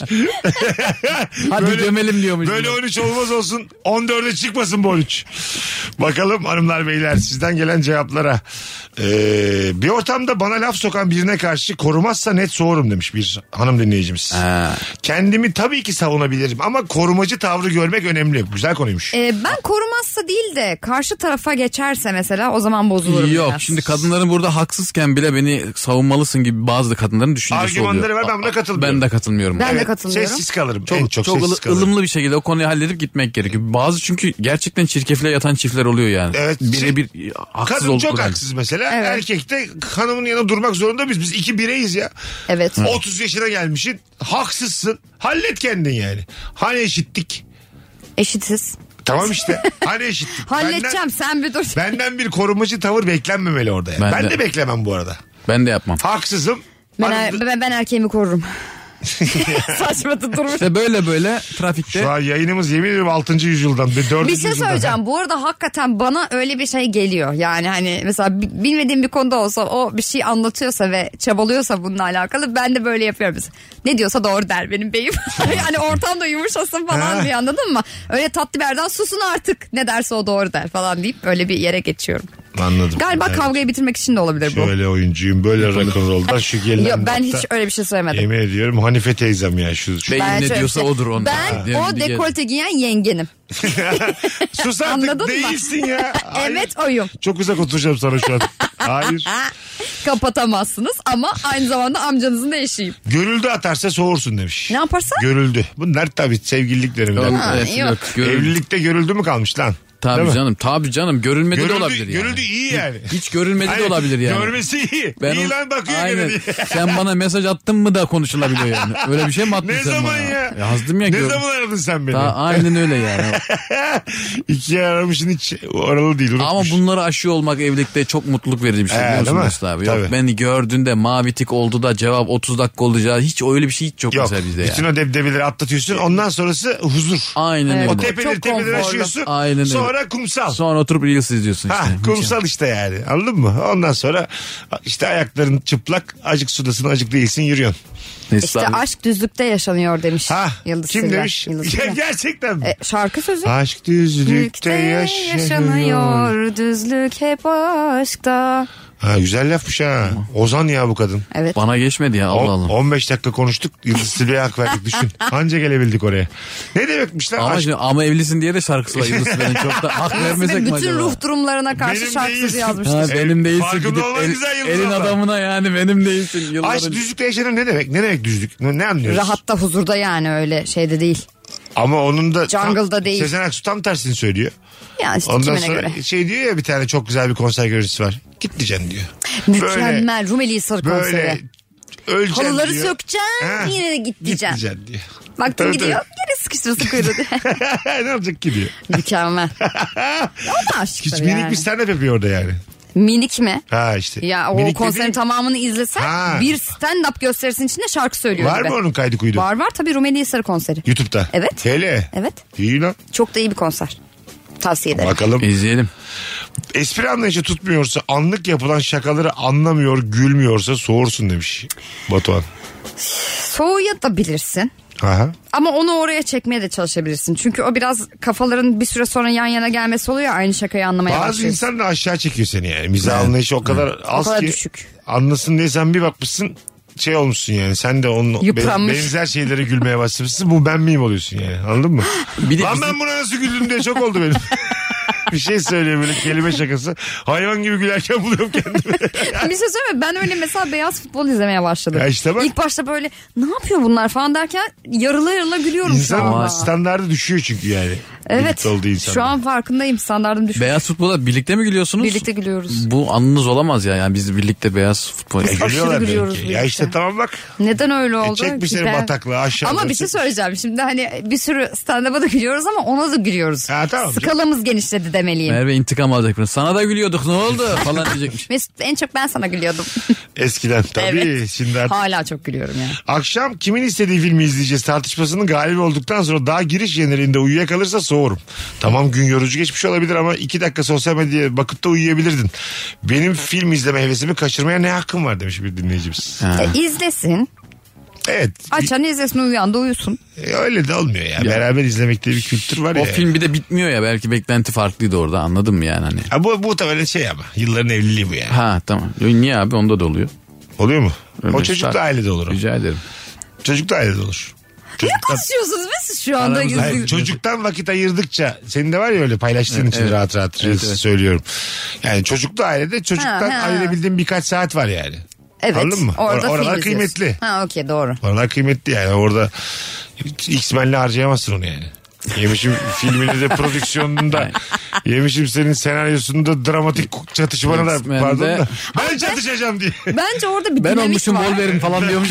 Hadi gömelim diyormuş. Böyle 13 olmaz olsun 14'e çıkmasın bu 13. Bakalım hanımlar beyler sizden gelen cevaplara. Bir ortamda bana laf sokan birine karşı korumazsa net soğurum demiş bir hanım dinleyicimiz. Ha. Kendimi tabii ki savunabilirim ama korumacı tavrı görmek önemli. Güzel konuymuş. Ben korumazsa değil de karşı tarafa geçerse mesela o zaman bozulurum. Yok biraz. şimdi kadınların burada haksızken bile beni savunmalısın gibi bazı kadınların düşüncesi oluyor. Argümanları var ben buna katılmıyorum. Ben de katılmıyorum. Ben de katılmıyorum. Sessiz kalırım. en çok Çok sessiz kalırım. ılımlı bir şekilde o konuyu halledip gitmek gerekiyor. Bazı çünkü gerçekten çirkefliğe yatan çiftler oluyor yani. Evet. Birebir haksız Kadın oldukları çok halde. haksız mesela. Evet. Erkek de hanımın yanında durmak zorunda biz. Biz iki bireyiz ya. Evet. 30 yaşına gelmişsin. Haksızsın. Hallet kendin yani. Hani eşittik. Eşitiz. Tamam işte. Hani eşittik. Halledeceğim sen bir dur. Benden bir korumacı tavır beklenmemeli orada. Yani. Ben de beklemem bu arada. Ben de yapmam. Haksızım. Ben erkeğimi korurum. Saçma durmuş. İşte böyle trafikte. Şu an yayınımız yemin ediyorum 6. yüzyıldan. 4. Bir şey söyleyeceğim. Bu arada hakikaten bana öyle bir şey geliyor. Yani hani mesela bilmediğim bir konuda olsa o bir şey anlatıyorsa ve çabalıyorsa bununla alakalı ben de böyle yapıyorum. Mesela. Ne diyorsa doğru der benim beyim. Yani ortamda yumuşasın falan diye anladın mı? Öyle tatlı bir yerden susun artık. Ne derse o doğru der falan deyip öyle bir yere geçiyorum. Anladım. Galiba Evet. kavgayı bitirmek için de olabilir bu. Şöyle oyuncuyum, böyle rock'n'roll'dan şu gelinen Yok, ben nokta. hiç öyle bir şey söylemedim. Yemin ediyorum Hanife teyzem ya şu. Bey Ben ne şöyle diyorsa bir şey- odur onda. Ben Diye- o diye- dekolte giyen yengenim. Sus artık, Anladın mı? değilsin ya. Hayır. Evet oyum. Çok uzak oturacağım sana şu an. Hayır. Kapatamazsınız ama aynı zamanda amcanızın da eşiyim. Görüldü atarsa soğursun demiş. Ne yaparsa? Görüldü. Bunlar tabii sevgililik döneminden. Yok, Ha, evet, yok. yok. Evlilikte görüldü mü kalmış lan? Değil Tabii mi? canım, tabii canım. Görülmedi de olabilir yani. Görüldü iyi yani. Hiç görülmedi de Hayır, olabilir yani. Görmesi iyi. İyi o- lan bakıyor Aynen. gene diye. Sen bana mesaj attın mı da konuşulabiliyor yani. Öyle bir şey mi attın Ne sen zaman bana? ya? Yazdım ya. Ne zaman aradın sen beni? Aynen öyle yani. İkiye aramışsın hiç oralı değil. Ama Unutmuş. bunları aşıyor olmak evlilikte çok mutluluk verici bir şey biliyor musun değil mi? Mesut abi? Yok Tabii. beni gördüğünde mavi tik oldu da cevap 30 dakika oldu ya. Hiç öyle bir şey hiç yok Yok. mesela bizde Bütün yani. o debdebeleri atlatıyorsun. Ondan sonrası huzur. Aynen Evet. O öyle. tepeleri Çok tepeleri konforlu. aşıyorsun. Aynen öyle. Sonra kumsal. Sonra oturup Reels izliyorsun işte. Ha, kumsal işte yani. Anladın mı? Ondan sonra işte ayakların çıplak, acık sudasın, acık değilsin, yürüyorsun. Mesut İşte abi. aşk düzlükte yaşanıyor demiş. Ha, Yıldız kim Tilbe. demiş? Yıldız Tilbe. Gerçekten mi? Şarkı sözü. Aşk düzlükte Düzlükte yaşanıyor. yaşanıyor. Düzlük hep aşkta. Ha, güzel lafmış ha. Ozan ya bu kadın. Evet. Bana geçmedi ya Allah Allah. 15 dakika konuştuk. Yıldız Tilbe'ye hak verdik düşün. Anca gelebildik oraya. Ne demekmiş lan? Ama, Aşk- şimdi, ama evlisin diye de şarkısı var Yıldız Tilbe'nin çok da hak vermesek mi Bütün acaba? ruh durumlarına karşı Benim şarkı değilsin. sözü yazmıştır. Ha, benim değilsin Farkında gidip olman güzel Yıldız elin abla. adamına yani benim değilsin. Yılların... Aşk düzlükte yaşanıyor ne demek? Ne demek düzlük? Ne anlıyoruz? Rahatta huzurda yani öyle şeyde değil. Ama onun da Jungle'da değil. Sezen Aksu tam tersini söylüyor. Yani işte Ondan kimine sonra göre. şey diyor ya bir tane çok güzel bir konser görüntüsü var. Git diyeceksin diyor. Mükemmel Rumeli Hisarı Böyle konseri. öleceksin Halıları diyor. sökeceksin Ha, yine de git diyeceksin. diyeceksin diyor. Baktın Tabii, gidiyor tabii. yine sıkıştırırsın kuyruğu diye. Ne yapacak ki diyor. Mükemmel. O da aşk Hiç tabii minik yani. bir stand-up yapıyor orada yani. Minik mi? Ha işte. Ya o Minik konserin dediğim- tamamını izlesen Ha. bir stand-up gösterisinin içinde şarkı söylüyor Var gibi. mı onun kaydı kuydu? Var tabii Rumeli Hisarı konseri. YouTube'da. Evet. Hele. Evet. İyi lan. Çok da iyi bir konser. Tavsiye ederim. Bakalım. İzleyelim. Espri anlayışı tutmuyorsa, anlık yapılan şakaları anlamıyor, gülmüyorsa soğursun demiş Batuhan. Soğuya da bilirsin. Aha. Ama onu oraya çekmeye de çalışabilirsin. Çünkü o biraz kafaların bir süre sonra yan yana gelmesi oluyor ya, aynı şakayı anlamaya Bazı başlıyorsun. insan da aşağı çekiyor seni yani. Mizah anlayışı o kadar az kadar ki düşük. anlasın diye sen bir bakmışsın şey olmuşsun yani. Sen de onun Yıpranmış. benzer şeylere gülmeye başlamışsın. Bu ben miyim oluyorsun yani. Anladın mı? Bir de Lan bizim- ben buna nasıl güldüm diye çok oldu benim. Bir şey söylüyor böyle kelime şakası. Hayvan gibi gülerken buluyorum kendimi. Bir şey söyleyeyim mi? Ben öyle mesela beyaz futbol izlemeye başladım. Ya işte bak. İlk başta böyle ne yapıyor bunlar falan derken yarıla yarıla gülüyorum şu İnsan anda. standardı düşüyor çünkü yani. Evet. Birlikte olduğu insanlar. Şu an farkındayım, standardım düşük. Beyaz futbola birlikte mi gülüyorsunuz? Birlikte gülüyoruz. Bu anınız olamaz ya. Yani biz birlikte beyaz futbol. Aşırı Gülüyorlar gülüyoruz belki. Ya birlikte. işte tamam bak. Neden öyle oldu? Çekmiş seni Ben- bataklığa aşağı. Ama bir şey söyleyeceğim. Şimdi hani bir sürü stand-up'a da gülüyoruz ama ona da gülüyoruz. Ha, tamam. Skalamız genişledi demeliyim. Merve intikam alacak. Sana da gülüyorduk ne oldu falan diyecekmiş. Mesut en çok ben sana gülüyordum. Eskiden tabii. Evet. Şimdi artık. Hala çok gülüyorum yani. Akşam kimin istediği filmi izleyeceğiz tartışmasının galibi olduktan sonra daha giriş jenerinde uyuyakalırsa soğurum. Tamam gün yorucu geçmiş olabilir ama 2 dakika sosyal medyaya bakıp da uyuyabilirdin. Benim film izleme hevesimi kaçırmaya ne hakkım var demiş bir dinleyicimiz. İzlesin. Evet. Açan izlesin, uyuyan da uyusun. Öyle de olmuyor ya. Beraber izlemekte bir kültür var O ya. film bir de bitmiyor ya. Belki beklenti farklıydı orada, anladın mı yani hani. Ha, bu tabii şey ama yılların evliliği bu yani. Ha tamam. Niye abi, onda da oluyor. Oluyor mu? Öyle o çocuk da start. ailede olur. o. Rica ederim. Çocuk da ailede olur. Çocuktan, Konuşuyorsunuz Mesut şu anda. Aramızda- hayır, çocuktan vakit ayırdıkça senin de var ya öyle paylaştığın Evet, için evet. rahat rahat Evet, evet. söylüyorum. Yani çocuk da ailede çocuktan Ha, ha. ayırabildiğin birkaç saat var yani. Evet. Anladın mı? Orada Oralar film kıymetli. izliyorsun. Ha okey, doğru. Oralar kıymetli yani orada X-Men'le harcayamazsın onu yani. Yemişim filmini de prodüksiyonunda yemişim senin senaryosunda dramatik çatışmana da X-Men'de- pardon da ben çatışacağım diye. Bence orada bir Ben dinamik olmuşum var. Wolverine falan diyormuş.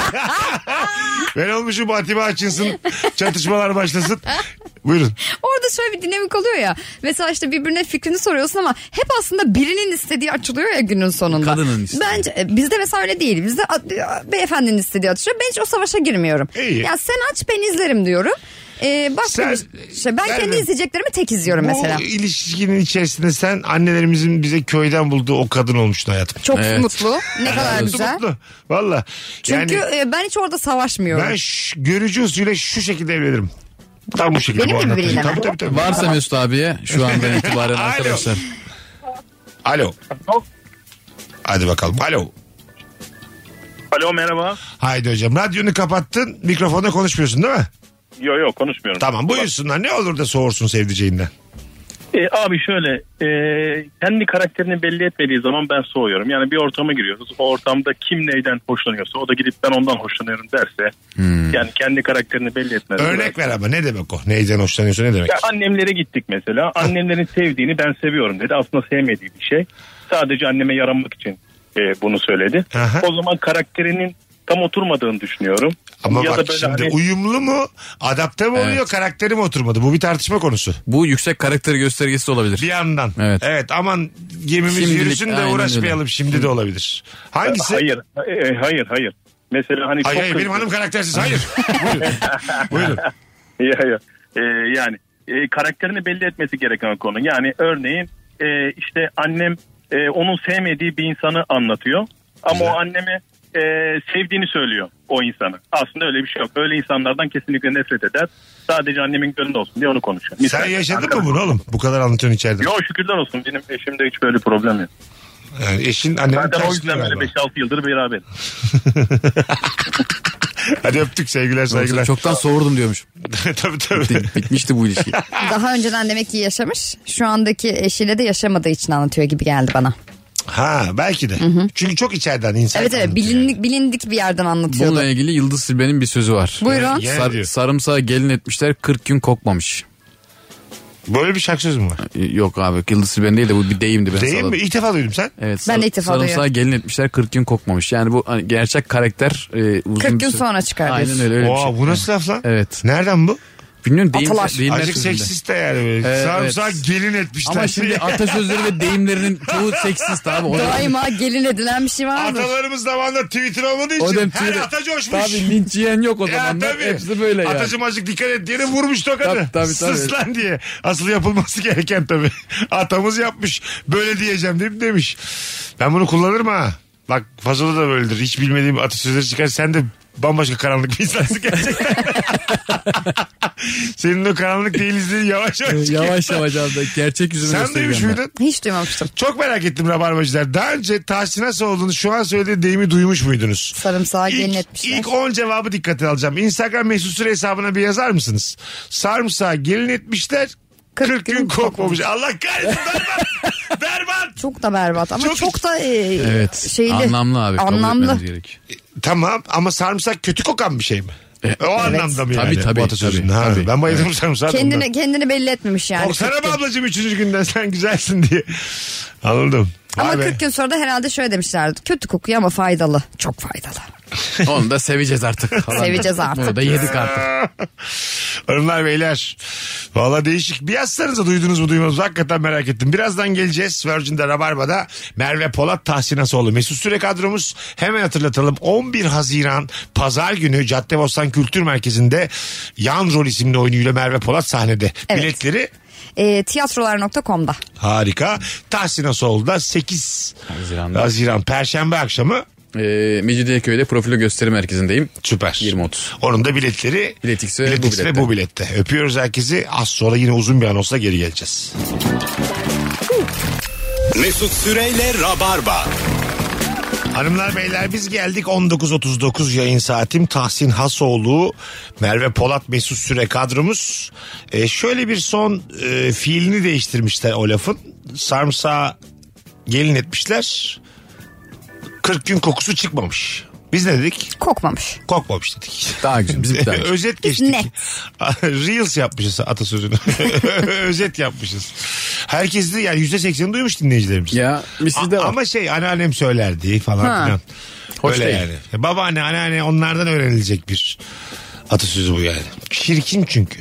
Ben olmuşum Atiba açılsın çatışmalar başlasın. Buyurun. Orada şöyle bir dinamik oluyor ya. Mesela işte birbirine fikrini soruyorsun ama hep aslında birinin istediği açılıyor ya günün sonunda. Kadının istediği. Bence bizde mesela öyle değil. Bizde beyefendinin istediği açılıyor. Ben hiç o savaşa girmiyorum. İyi. Ya sen aç, ben izlerim diyorum. Başka Sen- bir şey. Ben Nerede? kendi izleyeceklerimi tek izliyorum mesela. Bu ilişkinin içerisinde sen annelerimizin bize köyden bulduğu o kadın olmuştun hayatım. Çok Evet. mutlu. Ne kadar güzel. Mutlu. Valla. Çünkü Yani ben hiç orada savaşmıyorum. ben görücü usulüyle şu şekilde evlenirim. Tam bu şekilde. Benim bu gibi anlatıcı. biriyle mi? Tabii tabii. Varsa Mesut abiye şu andan itibaren Alo. arkadaşlar. Alo. Hadi bakalım. Alo. Alo merhaba. Haydi hocam. Radyonu kapattın. Mikrofonda konuşmuyorsun değil mi? Yok konuşmuyorum. Tamam buyursunlar. Ne olur da soğursun sevdiceğinden. Abi şöyle kendi karakterini belli etmediği zaman ben soğuyorum. Yani bir ortama giriyoruz. O ortamda kim neyden hoşlanıyorsa o da gidip ben ondan hoşlanıyorum derse yani kendi karakterini belli etmez. Örnek ver ama ne demek o? Neyden hoşlanıyorsa ne demek? Ya annemlere gittik mesela. Annemlerin sevdiğini ben seviyorum dedi. Aslında sevmediği bir şey. Sadece anneme yaranmak için bunu söyledi. Aha. O zaman karakterinin tam oturmadığını düşünüyorum. Ama ya bak da böyle şimdi hani... uyumlu mu? Adapte mi oluyor? Evet. Karakteri mi oturmadı? Bu bir tartışma konusu. Bu yüksek karakteri göstergesi de olabilir. Bir yandan. Evet. Evet aman gemimiz Şimdilik, yürüsün de aynen uğraşmayalım öyle. şimdi de olabilir. Hangisi? Hayır. Mesela hani Hayır, çok benim hanım karaktersiz. Hayır. Buyurun. Ya. Yani karakterini belli etmesi gereken konu. Yani örneğin işte annem onun sevmediği bir insanı anlatıyor. Ama Güzel. o anneme sevdiğini söylüyor o insanı. Aslında öyle bir şey yok. Öyle insanlardan kesinlikle nefret eder. Sadece annemin gönlünde olsun diye onu konuşuyor. Sen yaşadın mı bunu oğlum? Bu kadar anlatıyorsun içeride. Yok şükürler olsun. Benim eşimde hiç böyle problem yok. Yani eşin annenin Zaten o tersine yüzden böyle galiba. 5-6 yıldır beraber. Hadi öptük sevgiler saygılar. Çoktan soğurdum diyormuş. tabii. Bitmişti bu ilişki. Daha önceden demek ki yaşamış. Şu andaki eşiyle de yaşamadığı için anlatıyor gibi geldi bana. Ha belki de. Çünkü çok içeriden insan. Evet anlatıyor. bilindik bir yerden anlatıyordu. Bununla ilgili Yıldız Silbe'nin bir sözü var. Buyurun. Gene diyor. Sarımsağı gelin etmişler 40 gün kokmamış. Böyle bir şarkı söz mü var? Yok abi Yıldız Silbe'nin değil de bu bir deyimdi. Ben Değil mi? salladım. İlk defa duydum sen. Evet, Ben de ilk defa sarımsağı duyuyorum. gelin etmişler 40 gün kokmamış. Yani bu hani gerçek karakter uzun 40 bir gün süre- sonra çıkar Aynen diyorsun. öyle bir Oo, şey. bu nasıl laf lan? Evet. Nereden bu? Bilmiyorum Atalar. deyimler Azıcık sözünde. seksist de yani böyle. Evet, Sarımsağı evet. gelin etmişler. Ama şimdi atasözleri ve deyimlerinin çoğu seksist abi. O Daima gelin edilen bir şey vardır. Atalarımız zamanında Twitter olmadığı için dem her Twitter- ata coşmuş. Tabii linç yiyen yok o Ya zamanlar. tabii. Hepsi böyle ya. Atacım azıcık dikkat et diye de vurmuş tokadı. Tabii. Sus lan diye. Asıl yapılması gereken tabii. Atamız yapmış. Böyle diyeceğim deyip demiş. Ben bunu kullanırım ha. Bak Fazıl'da da böyledir. Hiç bilmediğim atasözleri çıkar. Sen de bambaşka karanlık bir insansın gerçekten. Senin o karanlık değiliz diye yavaş yavaş. Yavaş yavaş abi. Gerçek yüzünü Sen göstereceğim duymuş ben. muydun? Hiç duymamıştım. Çok merak ettim Rabarbacılar. Daha önce Tahsin Asoğlu'nun şu an söylediği deyimi duymuş muydunuz? Sarımsağı gelin etmişler. İlk 10 cevabı dikkate alacağım. Instagram mesut süre hesabına bir yazar mısınız? Sarımsağı gelin etmişler. 40 gün kokmamış. Allah kahretsin berbat. Berbat. Çok da berbat ama Çok- çok da Evet. şeyli. Anlamlı abi. kabul Anlamlı. etmemiz gerek. Tamam ama sarımsak kötü kokan bir şey mi? O anlamda mı yani? Tabii, Bu atasözünde? Ha, tabii. Ben bayıldım sarımsağa. Kendini belli etmemiş yani. Koksana 40 mı gün. ablacığım 3. günden sen güzelsin diye. Anladım. Ama Vay be. 40 gün sonra da herhalde şöyle demişlerdi. Kötü kokuyor ama faydalı. Çok faydalı. Onu da seveceğiz artık. falan. Seveceğiz artık. Bunu da yedik artık. Hanımlar beyler. Valla değişik. Bir yazsanıza duydunuz mu duymadınız mı? Hakikaten merak ettim. Birazdan geleceğiz. Virgin'de Rabarba'da Merve Polat, Tahsin Asoğlu. Mesut Süre kadromuz. Hemen hatırlatalım. 11 Haziran Pazar günü Caddebostan Kültür Merkezi'nde Yan Rol isimli oyunuyla Merve Polat sahnede. Evet. Biletleri Tiyatrolar.com'da. harika. Tahsin Asoğlu'da 8 Haziran Perşembe akşamı. Mecidiyeköy'de Profilo Gösteri Merkezi'ndeyim. Süper. 20.30. Onun da biletleri Biletix ve Biletix bu ve bilette. bu bilette. Öpüyoruz herkesi. Az sonra yine uzun bir anonsla geri geleceğiz. Mesut Süreyle Rabarba. Hanımlar beyler biz geldik 19.39 yayın saatim. Tahsin Hasoğlu, Merve Polat, Mesut Süre kadromuz. Şöyle bir son fiilini değiştirmişler o lafın. Sarımsağı gelin etmişler. 40 gün kokusu çıkmamış. Biz ne dedik? Kokmamış. Kokmamış dedik. Daha güzel. Bizim daha güzel. Özet geçtik. Net. Reels yapmışız atasözünü. Özet yapmışız. Herkes de yani %80'i duymuş dinleyicilerimiz. Ya misli de var. Ama anneannem söylerdi falan filan. Hoş Öyle değil. yani. Babaanne, anneanne onlardan öğrenilecek bir atasözü bu yani. Çirkin çünkü.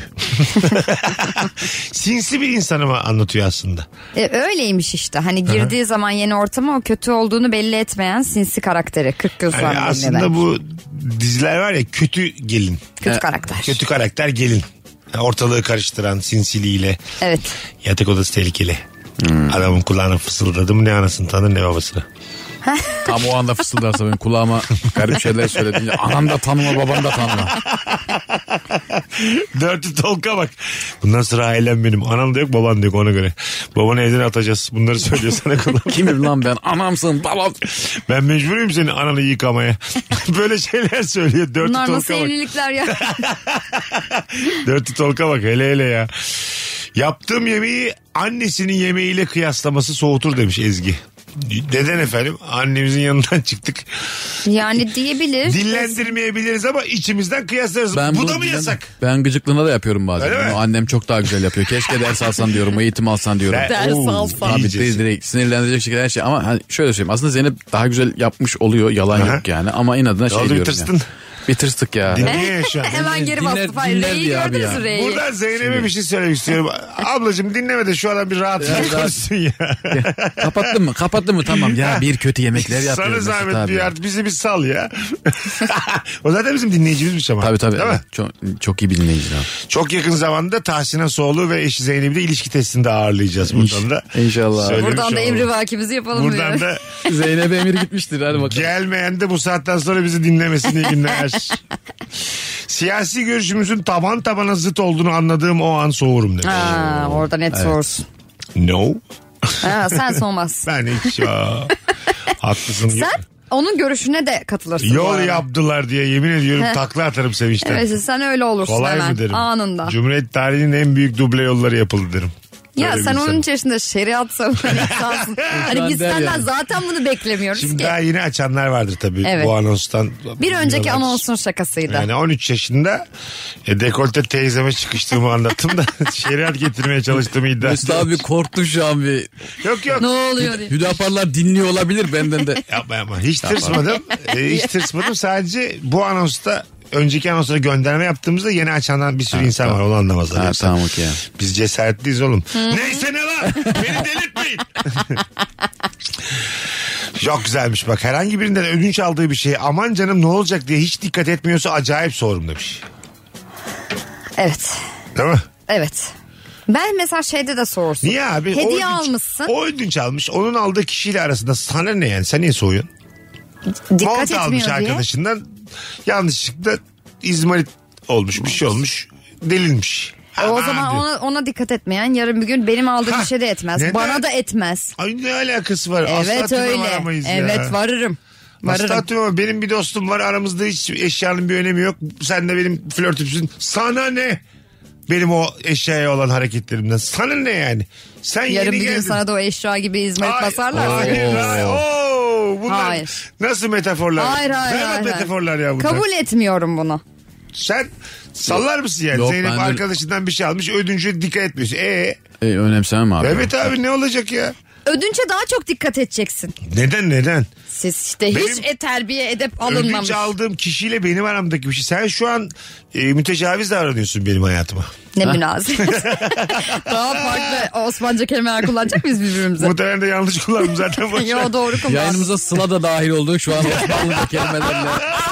Sinsi bir insanıma anlatıyor aslında. Öyleymiş işte. Hani girdiği zaman yeni ortama o kötü olduğunu belli etmeyen sinsi karakteri. 40 gün sonra Yani belli aslında eden. bu diziler var ya kötü gelin. Kötü karakter. Kötü karakter gelin. Ortalığı karıştıran sinsiliğiyle. Evet. Yatak odası tehlikeli. Adamın kulağına fısıldadı mı ne anasını tanır ne babasını. Tam o anda fısıldarsa benim kulağıma garip şeyler söylediğince anam da tanıma babam da tanıma. Dirty Talk'a bak. Bundan sonra ailem benim. Anam da yok baban da yok ona göre. Babanı evden atacağız. Bunları söylüyor sana kulağım. Kimim lan ben? Anamsın babam. Ben mecburuyum senin ananı yıkamaya. Böyle şeyler söylüyor. Dirty Bunlar nasıl Talk'a bak. evlilikler ya? Dirty Talk'a bak hele ya. Yaptığım yemeği annesinin yemeğiyle kıyaslaması soğutur demiş Ezgi. Neden efendim? Annemizin yanından çıktık. Yani diyebilir. Dillendirmeyebiliriz ama içimizden kıyaslarız. Bu da mı yasak? Ben gıcıklığına da yapıyorum bazen. Öyle mi? Annem çok daha güzel yapıyor. Keşke ders alsan diyorum. Eğitim alsan diyorum. Ders alsan. Abi İyicesin. direkt sinirlendirecek şekilde her şey. Ama hani şöyle söyleyeyim. Aslında Zeynep daha güzel yapmış oluyor. Yalan Aha. yok yani. Ama inadına şey Oldu, diyorum bitirsin. ya. Bitirsin ya. Dinliyor şu an. Hemen geri bastı. dinler R'yi diyor abi gördünüz ya. mü R'yi? Buradan Zeynep'e bir şey söylemek istiyorum. Ablacığım dinleme de şu adam bir rahat konuşsun ya. Kapattın mı? Kapattın mı? Tamam ya bir kötü yemekler yapıyor. Sana Mesut zahmet abi. bir artık bizi bir sal ya. O zaten bizim dinleyicimizmiş ama. Tabii tabii. Değil mi? Çok iyi bir dinleyici abi. Çok yakın zamanda Tahsin Asoğlu ve eşi Zeynep'i de ilişki testinde ağırlayacağız buradan da. İnşallah. Söylemiş Buradan da olalım. emri vakimizi yapalım Buradan diyor. da Zeynep'e emir gitmiştir. Hadi bakalım. gelmeyen de bu saatten sonra bizi dinlemesin iyi günler. Siyasi görüşümüzün taban tabana zıt olduğunu anladığım o an soğurum demiş. Ha, orada net soursun. No. Ha, sen soğumaz. Ben hiç haklısın. Sen onun görüşüne de katılırsın. bu Yol arada. yaptılar diye yemin ediyorum takla atarım sevinçten. Evet, sen öyle olursun Kolay hemen mı derim? anında. Cumhuriyet tarihinin en büyük duble yolları yapıldı derim. Ya Öyle sen bir onun insan. içerisinde şeriat savunan insansın. Hani biz der senden yani. zaten bunu beklemiyoruz Şimdi ki. daha yeni açanlar vardır tabii Evet. bu anonstan. Bir önceki Bilmiyorlar. anonsun şakasıydı. Yani 13 yaşında dekolte teyzeme çıkıştığımı anlattım da şeriat getirmeye çalıştığımı iddia Mesut ediyorum. abi korktu şu an bir. Yok yok. Ne oluyor diye. Hüdaparlar dinliyor olabilir benden de. Yapma. Hiç tırsmadım. Hiç tırsmadım. Sadece bu anonsta önceki anonslara gönderme yaptığımızda yeni açanlar bir sürü insan var. Onu anlamazlar. Ha, Yoksa tamam okey. biz cesaretliyiz oğlum. Neyse ne lan? Beni delirtmeyin. Çok güzelmiş bak. Herhangi birinden ödünç aldığı bir şey aman canım ne olacak diye hiç dikkat etmiyorsa acayip sorum demiş. Evet. Değil mi? Evet. Ben mesela şeyde de sorsun. Niye abi? Hediye O ödünç- almışsın. O ödünç almış. Onun aldığı kişiyle arasında sana ne yani? Sen niye soğuyorsun? Dikkat Mont etmiyor almış diye. arkadaşından. Yanlışlıkla izmarit olmuş. Bir şey olmuş. Delilmiş. O Aman zaman diyor. ona dikkat etmeyen yarın bir gün benim aldığım Ha, bir şey de etmez. neden? Bana da etmez. Ay ne alakası var? Evet Asla öyle. varamayız ya. Evet varırım. Varırım. Asla ama benim bir dostum var aramızda hiç eşyanın bir önemi yok. Sen de benim flörtümsün. Sana ne? Benim o eşyaya olan hareketlerimden. Sana ne yani? Sen Yarın yeni bir gün geldin. sana da o eşya gibi izmarit Ay, basarlar. Hayır, hayır. Oo, bunlar Hayır. nasıl metaforlar? Hayır. Berbat metaforlar ya bunlar. Kabul etmiyorum bunu. Sen sallar mısın yani? Yok, Zeynep ben de- arkadaşından bir şey almış ödünce dikkat etmiyorsun. Önemsemem abi. Evet abi ne olacak ya? Ödünçe daha çok dikkat edeceksin. Neden? Siz işte Benim- hiç terbiye edip Ödünç alınmamış. aldığım kişiyle benim aramdaki bir şey. Sen şu an mütecaviz davranıyorsun benim hayatıma. Ne münasebet. Daha farklı Osmanlıca kelimeler kullanacak mıyız birbirimize? Muhtemelen de yanlış kullandım zaten. boş ver. Yo doğru kullan. Yayınımıza Sıla da dahil oldu şu an Osmanlıca kelimelerle.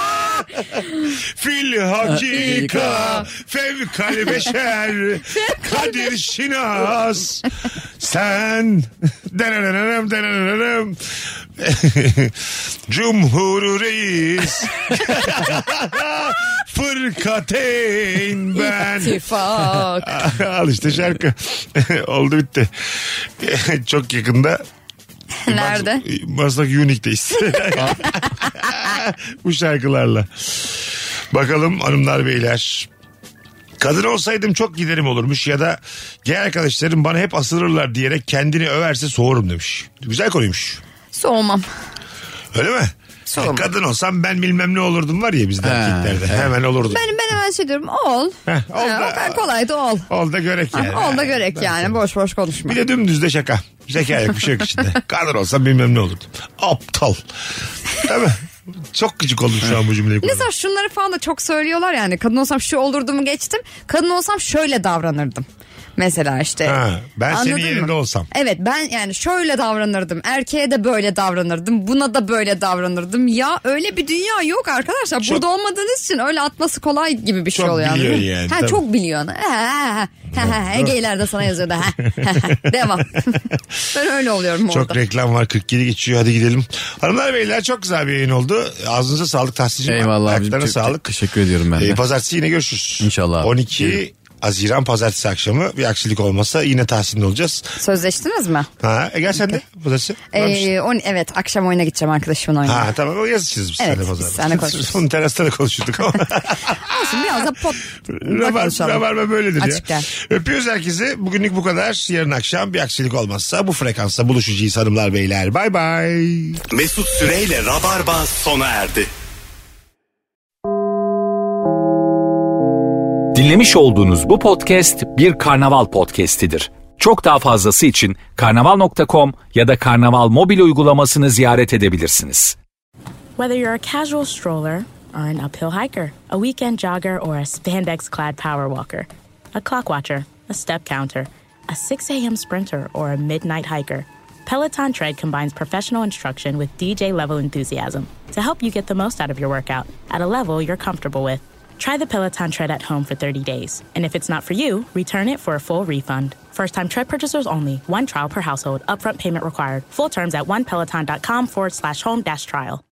Fil hakika fevkal beşer kadir şinas sen denenenenenenenenen Cumhur Reis Fırkateyn ben. İttifak. Al işte şarkı. Oldu bitti. Çok yakında Nerede? Maslak Unique'deyiz. Bu şarkılarla. Bakalım hanımlar beyler. Kadın olsaydım çok giderim olurmuş ya da gay arkadaşlarım bana hep asılırlar diyerek kendini överse soğurum demiş. Güzel konuymuş. Soğumam. Öyle mi? Soğumam. Kadın olsam ben bilmem ne olurdum var ya bizde Ha, erkeklerde. evet. Hemen olurdum. Ben hemen şey diyorum ol. Heh, ol da- O kadar kolaydı ol. Ol da görek yani. Ol da görek yani boş boş konuşma. Bir de dümdüz de şaka. Zeka yok bir şey yok içinde. Kadın olsam bilmem ne olurdum. Aptal. Değil mi? Çok gıcık oldum şu an bu cümleyi kurduğum. Mesela şunları falan da çok söylüyorlar yani. Kadın olsam şu olurdumu geçtim. Kadın olsam şöyle davranırdım. Mesela işte. Ben senin Anladın yerinde mı? olsam. Evet, ben yani şöyle davranırdım. Erkeğe de böyle davranırdım. Buna da böyle davranırdım. Ya öyle bir dünya yok arkadaşlar. Çok- Burada olmadığınız için öyle atması kolay gibi bir şey Çok oluyor. biliyor Yani. yani, Ha, tabii. çok biliyorsun. Geyler de sana yazıyordu. Devam. Ben öyle oluyorum Çok orada. reklam var, 47 geçiyor, hadi gidelim. Hanımlar beyler, çok güzel bir yayın oldu. Ağzınıza sağlık Tahsin'cim. Eyvallah abicim. Ayaklarına Çok sağlık. teşekkür ediyorum ben de. Pazartesi yine görüşürüz. İnşallah. 12 Haziran Pazartesi akşamı, bir aksilik olmasa yine Tahsin'le olacağız. Sözleştiniz mi? Gel sen de Pazartesi. Var mısın? Evet, akşam oyuna gideceğim arkadaşımın oyuna. Tamam, o yazışırız biz Evet, seninle biz Pazartesi. seninle konuşuruz. Onun terasta da konuşurduk ama. Olsun, biraz da Rabarba böyledir Açık ya. gel. Öpüyoruz herkese. Bugünlük bu kadar. Yarın akşam bir aksilik olmazsa bu frekansta buluşacağız hanımlar beyler. Bay bay. Mesut Süreyle Rabarba sona erdi. Dinlemiş olduğunuz bu podcast bir karnaval podcastidir. Çok daha fazlası için karnaval.com ya da karnaval mobil uygulamasını ziyaret edebilirsiniz. Whether you're a casual stroller or an uphill hiker, a weekend jogger or a spandex-clad power walker, a clock watcher, a step counter, a 6 a.m. sprinter or a midnight hiker, Peloton Tread combines professional instruction with DJ-level enthusiasm to help you get the most out of your workout at a level you're comfortable with. Try the Peloton Tread at home for 30 days. And if it's not for you, return it for a full refund. First-time Tread purchasers only. One trial per household. Upfront payment required. Full terms at onepeloton.com/home-trial.